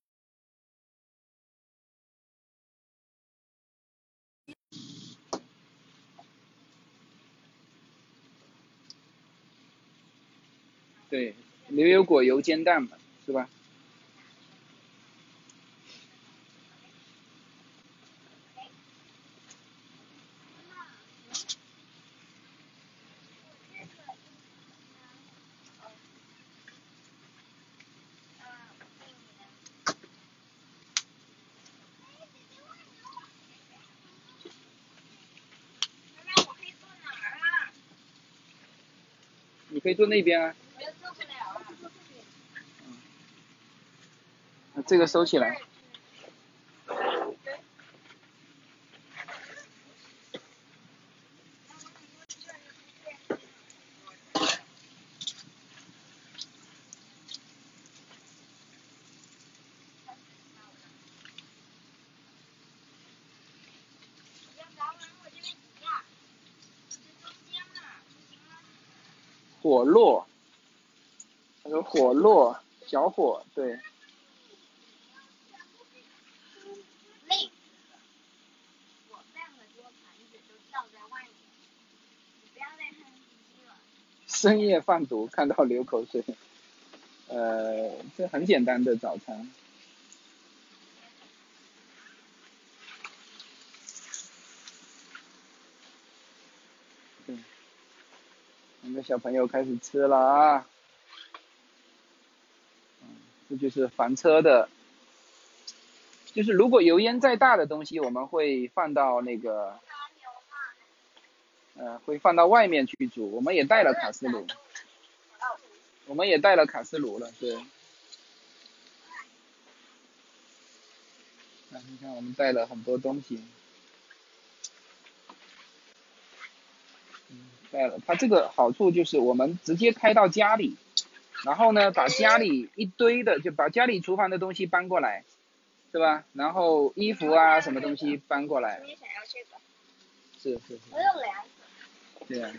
对，牛油果油煎蛋嘛，是吧？你可以坐那边啊。 我又坐不了啊。 嗯。这个收起来。火落，他说火落，小火，对。 累。我半个桌盘子都掉在外面，你不要再看手机了。 深夜贩毒，看到流口水。呃，这很简单的早餐。对，我们的小朋友开始吃了啊。嗯，这就是房车的，就是如果油烟再大的东西，我们会放到那个，呃，会放到外面去煮。我们也带了卡式炉，我们也带了卡式炉了，对。啊，你看我们带了很多东西。带了，它这个好处就是我们直接开到家里，然后呢，把家里一堆的，就把家里厨房的东西搬过来，是吧？然后衣服啊什么东西搬过来。 你想要这个？ 是是是。 我有两个。 对啊。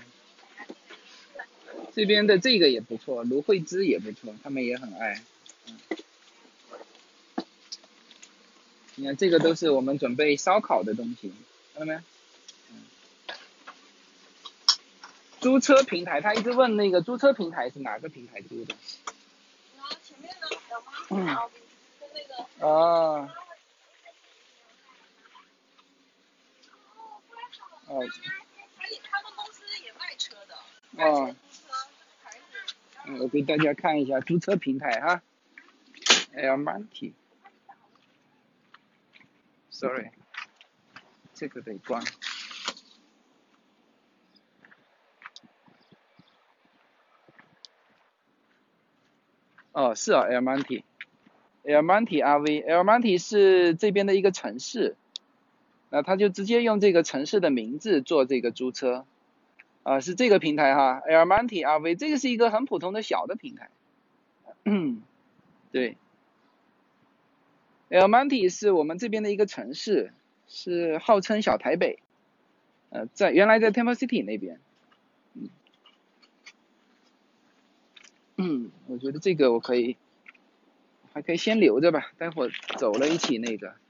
这边的这个也不错，芦荟汁也不错，他们也很爱。嗯。你看这个都是我们准备烧烤的东西， 看到没有？嗯。租车平台，他一直问那个租车平台是哪个平台租的？ 然后前面呢，有吗？ 嗯然后跟那个。 哦。哦。 他也他们公司也卖车的。 哦。 租车牌子。 嗯，我给大家看一下租车平台哈 ，Airmonti。Sorry， 这个得关。哦，是啊 ，Airmonti。Airmonti R V，Airmonti 是这边的一个城市，那他就直接用这个城市的名字做这个租车，啊，是这个平台哈 ，Airmonti R V， 这个是一个很普通的小的平台，嗯，对 ，Airmonti 是我们这边的一个城市，是号称小台北，呃，在原来在 Temple City 那边，嗯，嗯，我觉得这个我可以，还可以先留着吧，待会儿走了一起那个。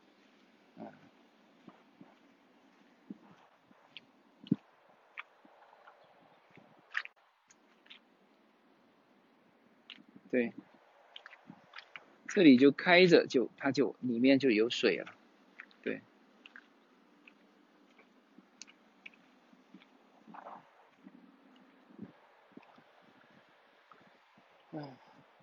对，这里就开着就它就里面就有水了，对。嗯，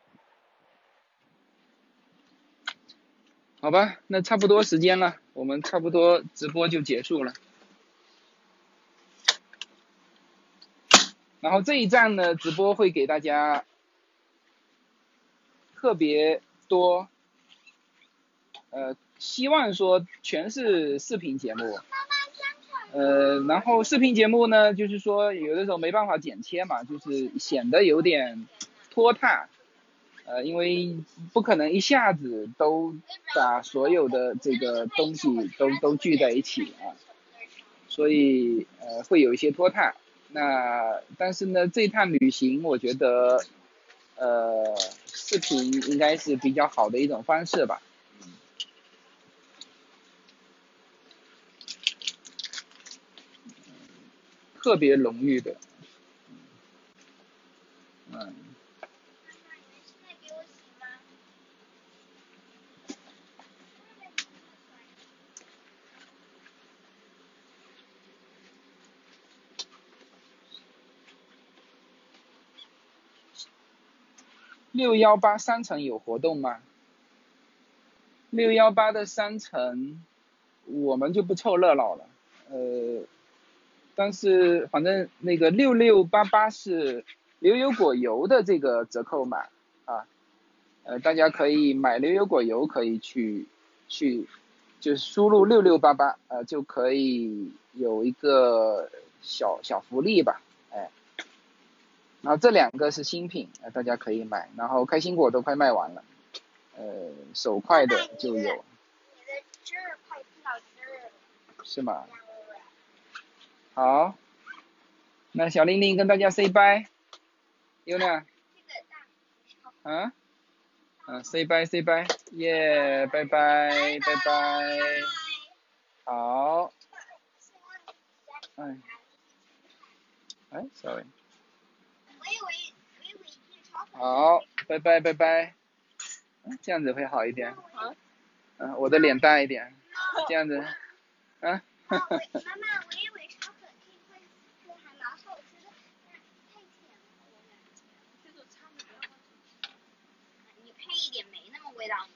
好吧，那差不多时间了，我们差不多直播就结束了。然后这一站呢，直播会给大家特别多，呃，希望说全是视频节目，呃，然后视频节目呢，就是说有的时候没办法剪切嘛，就是显得有点拖沓，呃，因为不可能一下子都把所有的这个东西都都聚在一起啊，所以呃会有一些拖沓。那但是呢，这趟旅行我觉得，呃，视频应该是比较好的一种方式吧。特别浓郁的，嗯。六幺八商城有活动吗？六幺八的商城，我们就不凑热闹了，呃，但是反正那个六六八八是牛油果油的这个折扣码啊，呃，大家可以买牛油果油，可以去去，就是输入六六八八，呃，就可以有一个小小福利吧，哎，然后这两个是新品，呃，大家可以买，然后开心果都快卖完了，呃，手快的就有。你的汁儿快喷到汁儿了。 是吗？好，那小玲玲跟大家 say bye， 优呢？啊？嗯 ，say bye say bye， 耶，拜拜拜拜，好，哎，哎 ，sorry， 好，拜拜拜拜，这样子会好一点，嗯，我的脸大一点，这样子，啊，哈哈。妈妈，我以为巧克力会会还蛮好吃的，但太甜了，我感觉。这个差不多。你配一点没那么味道。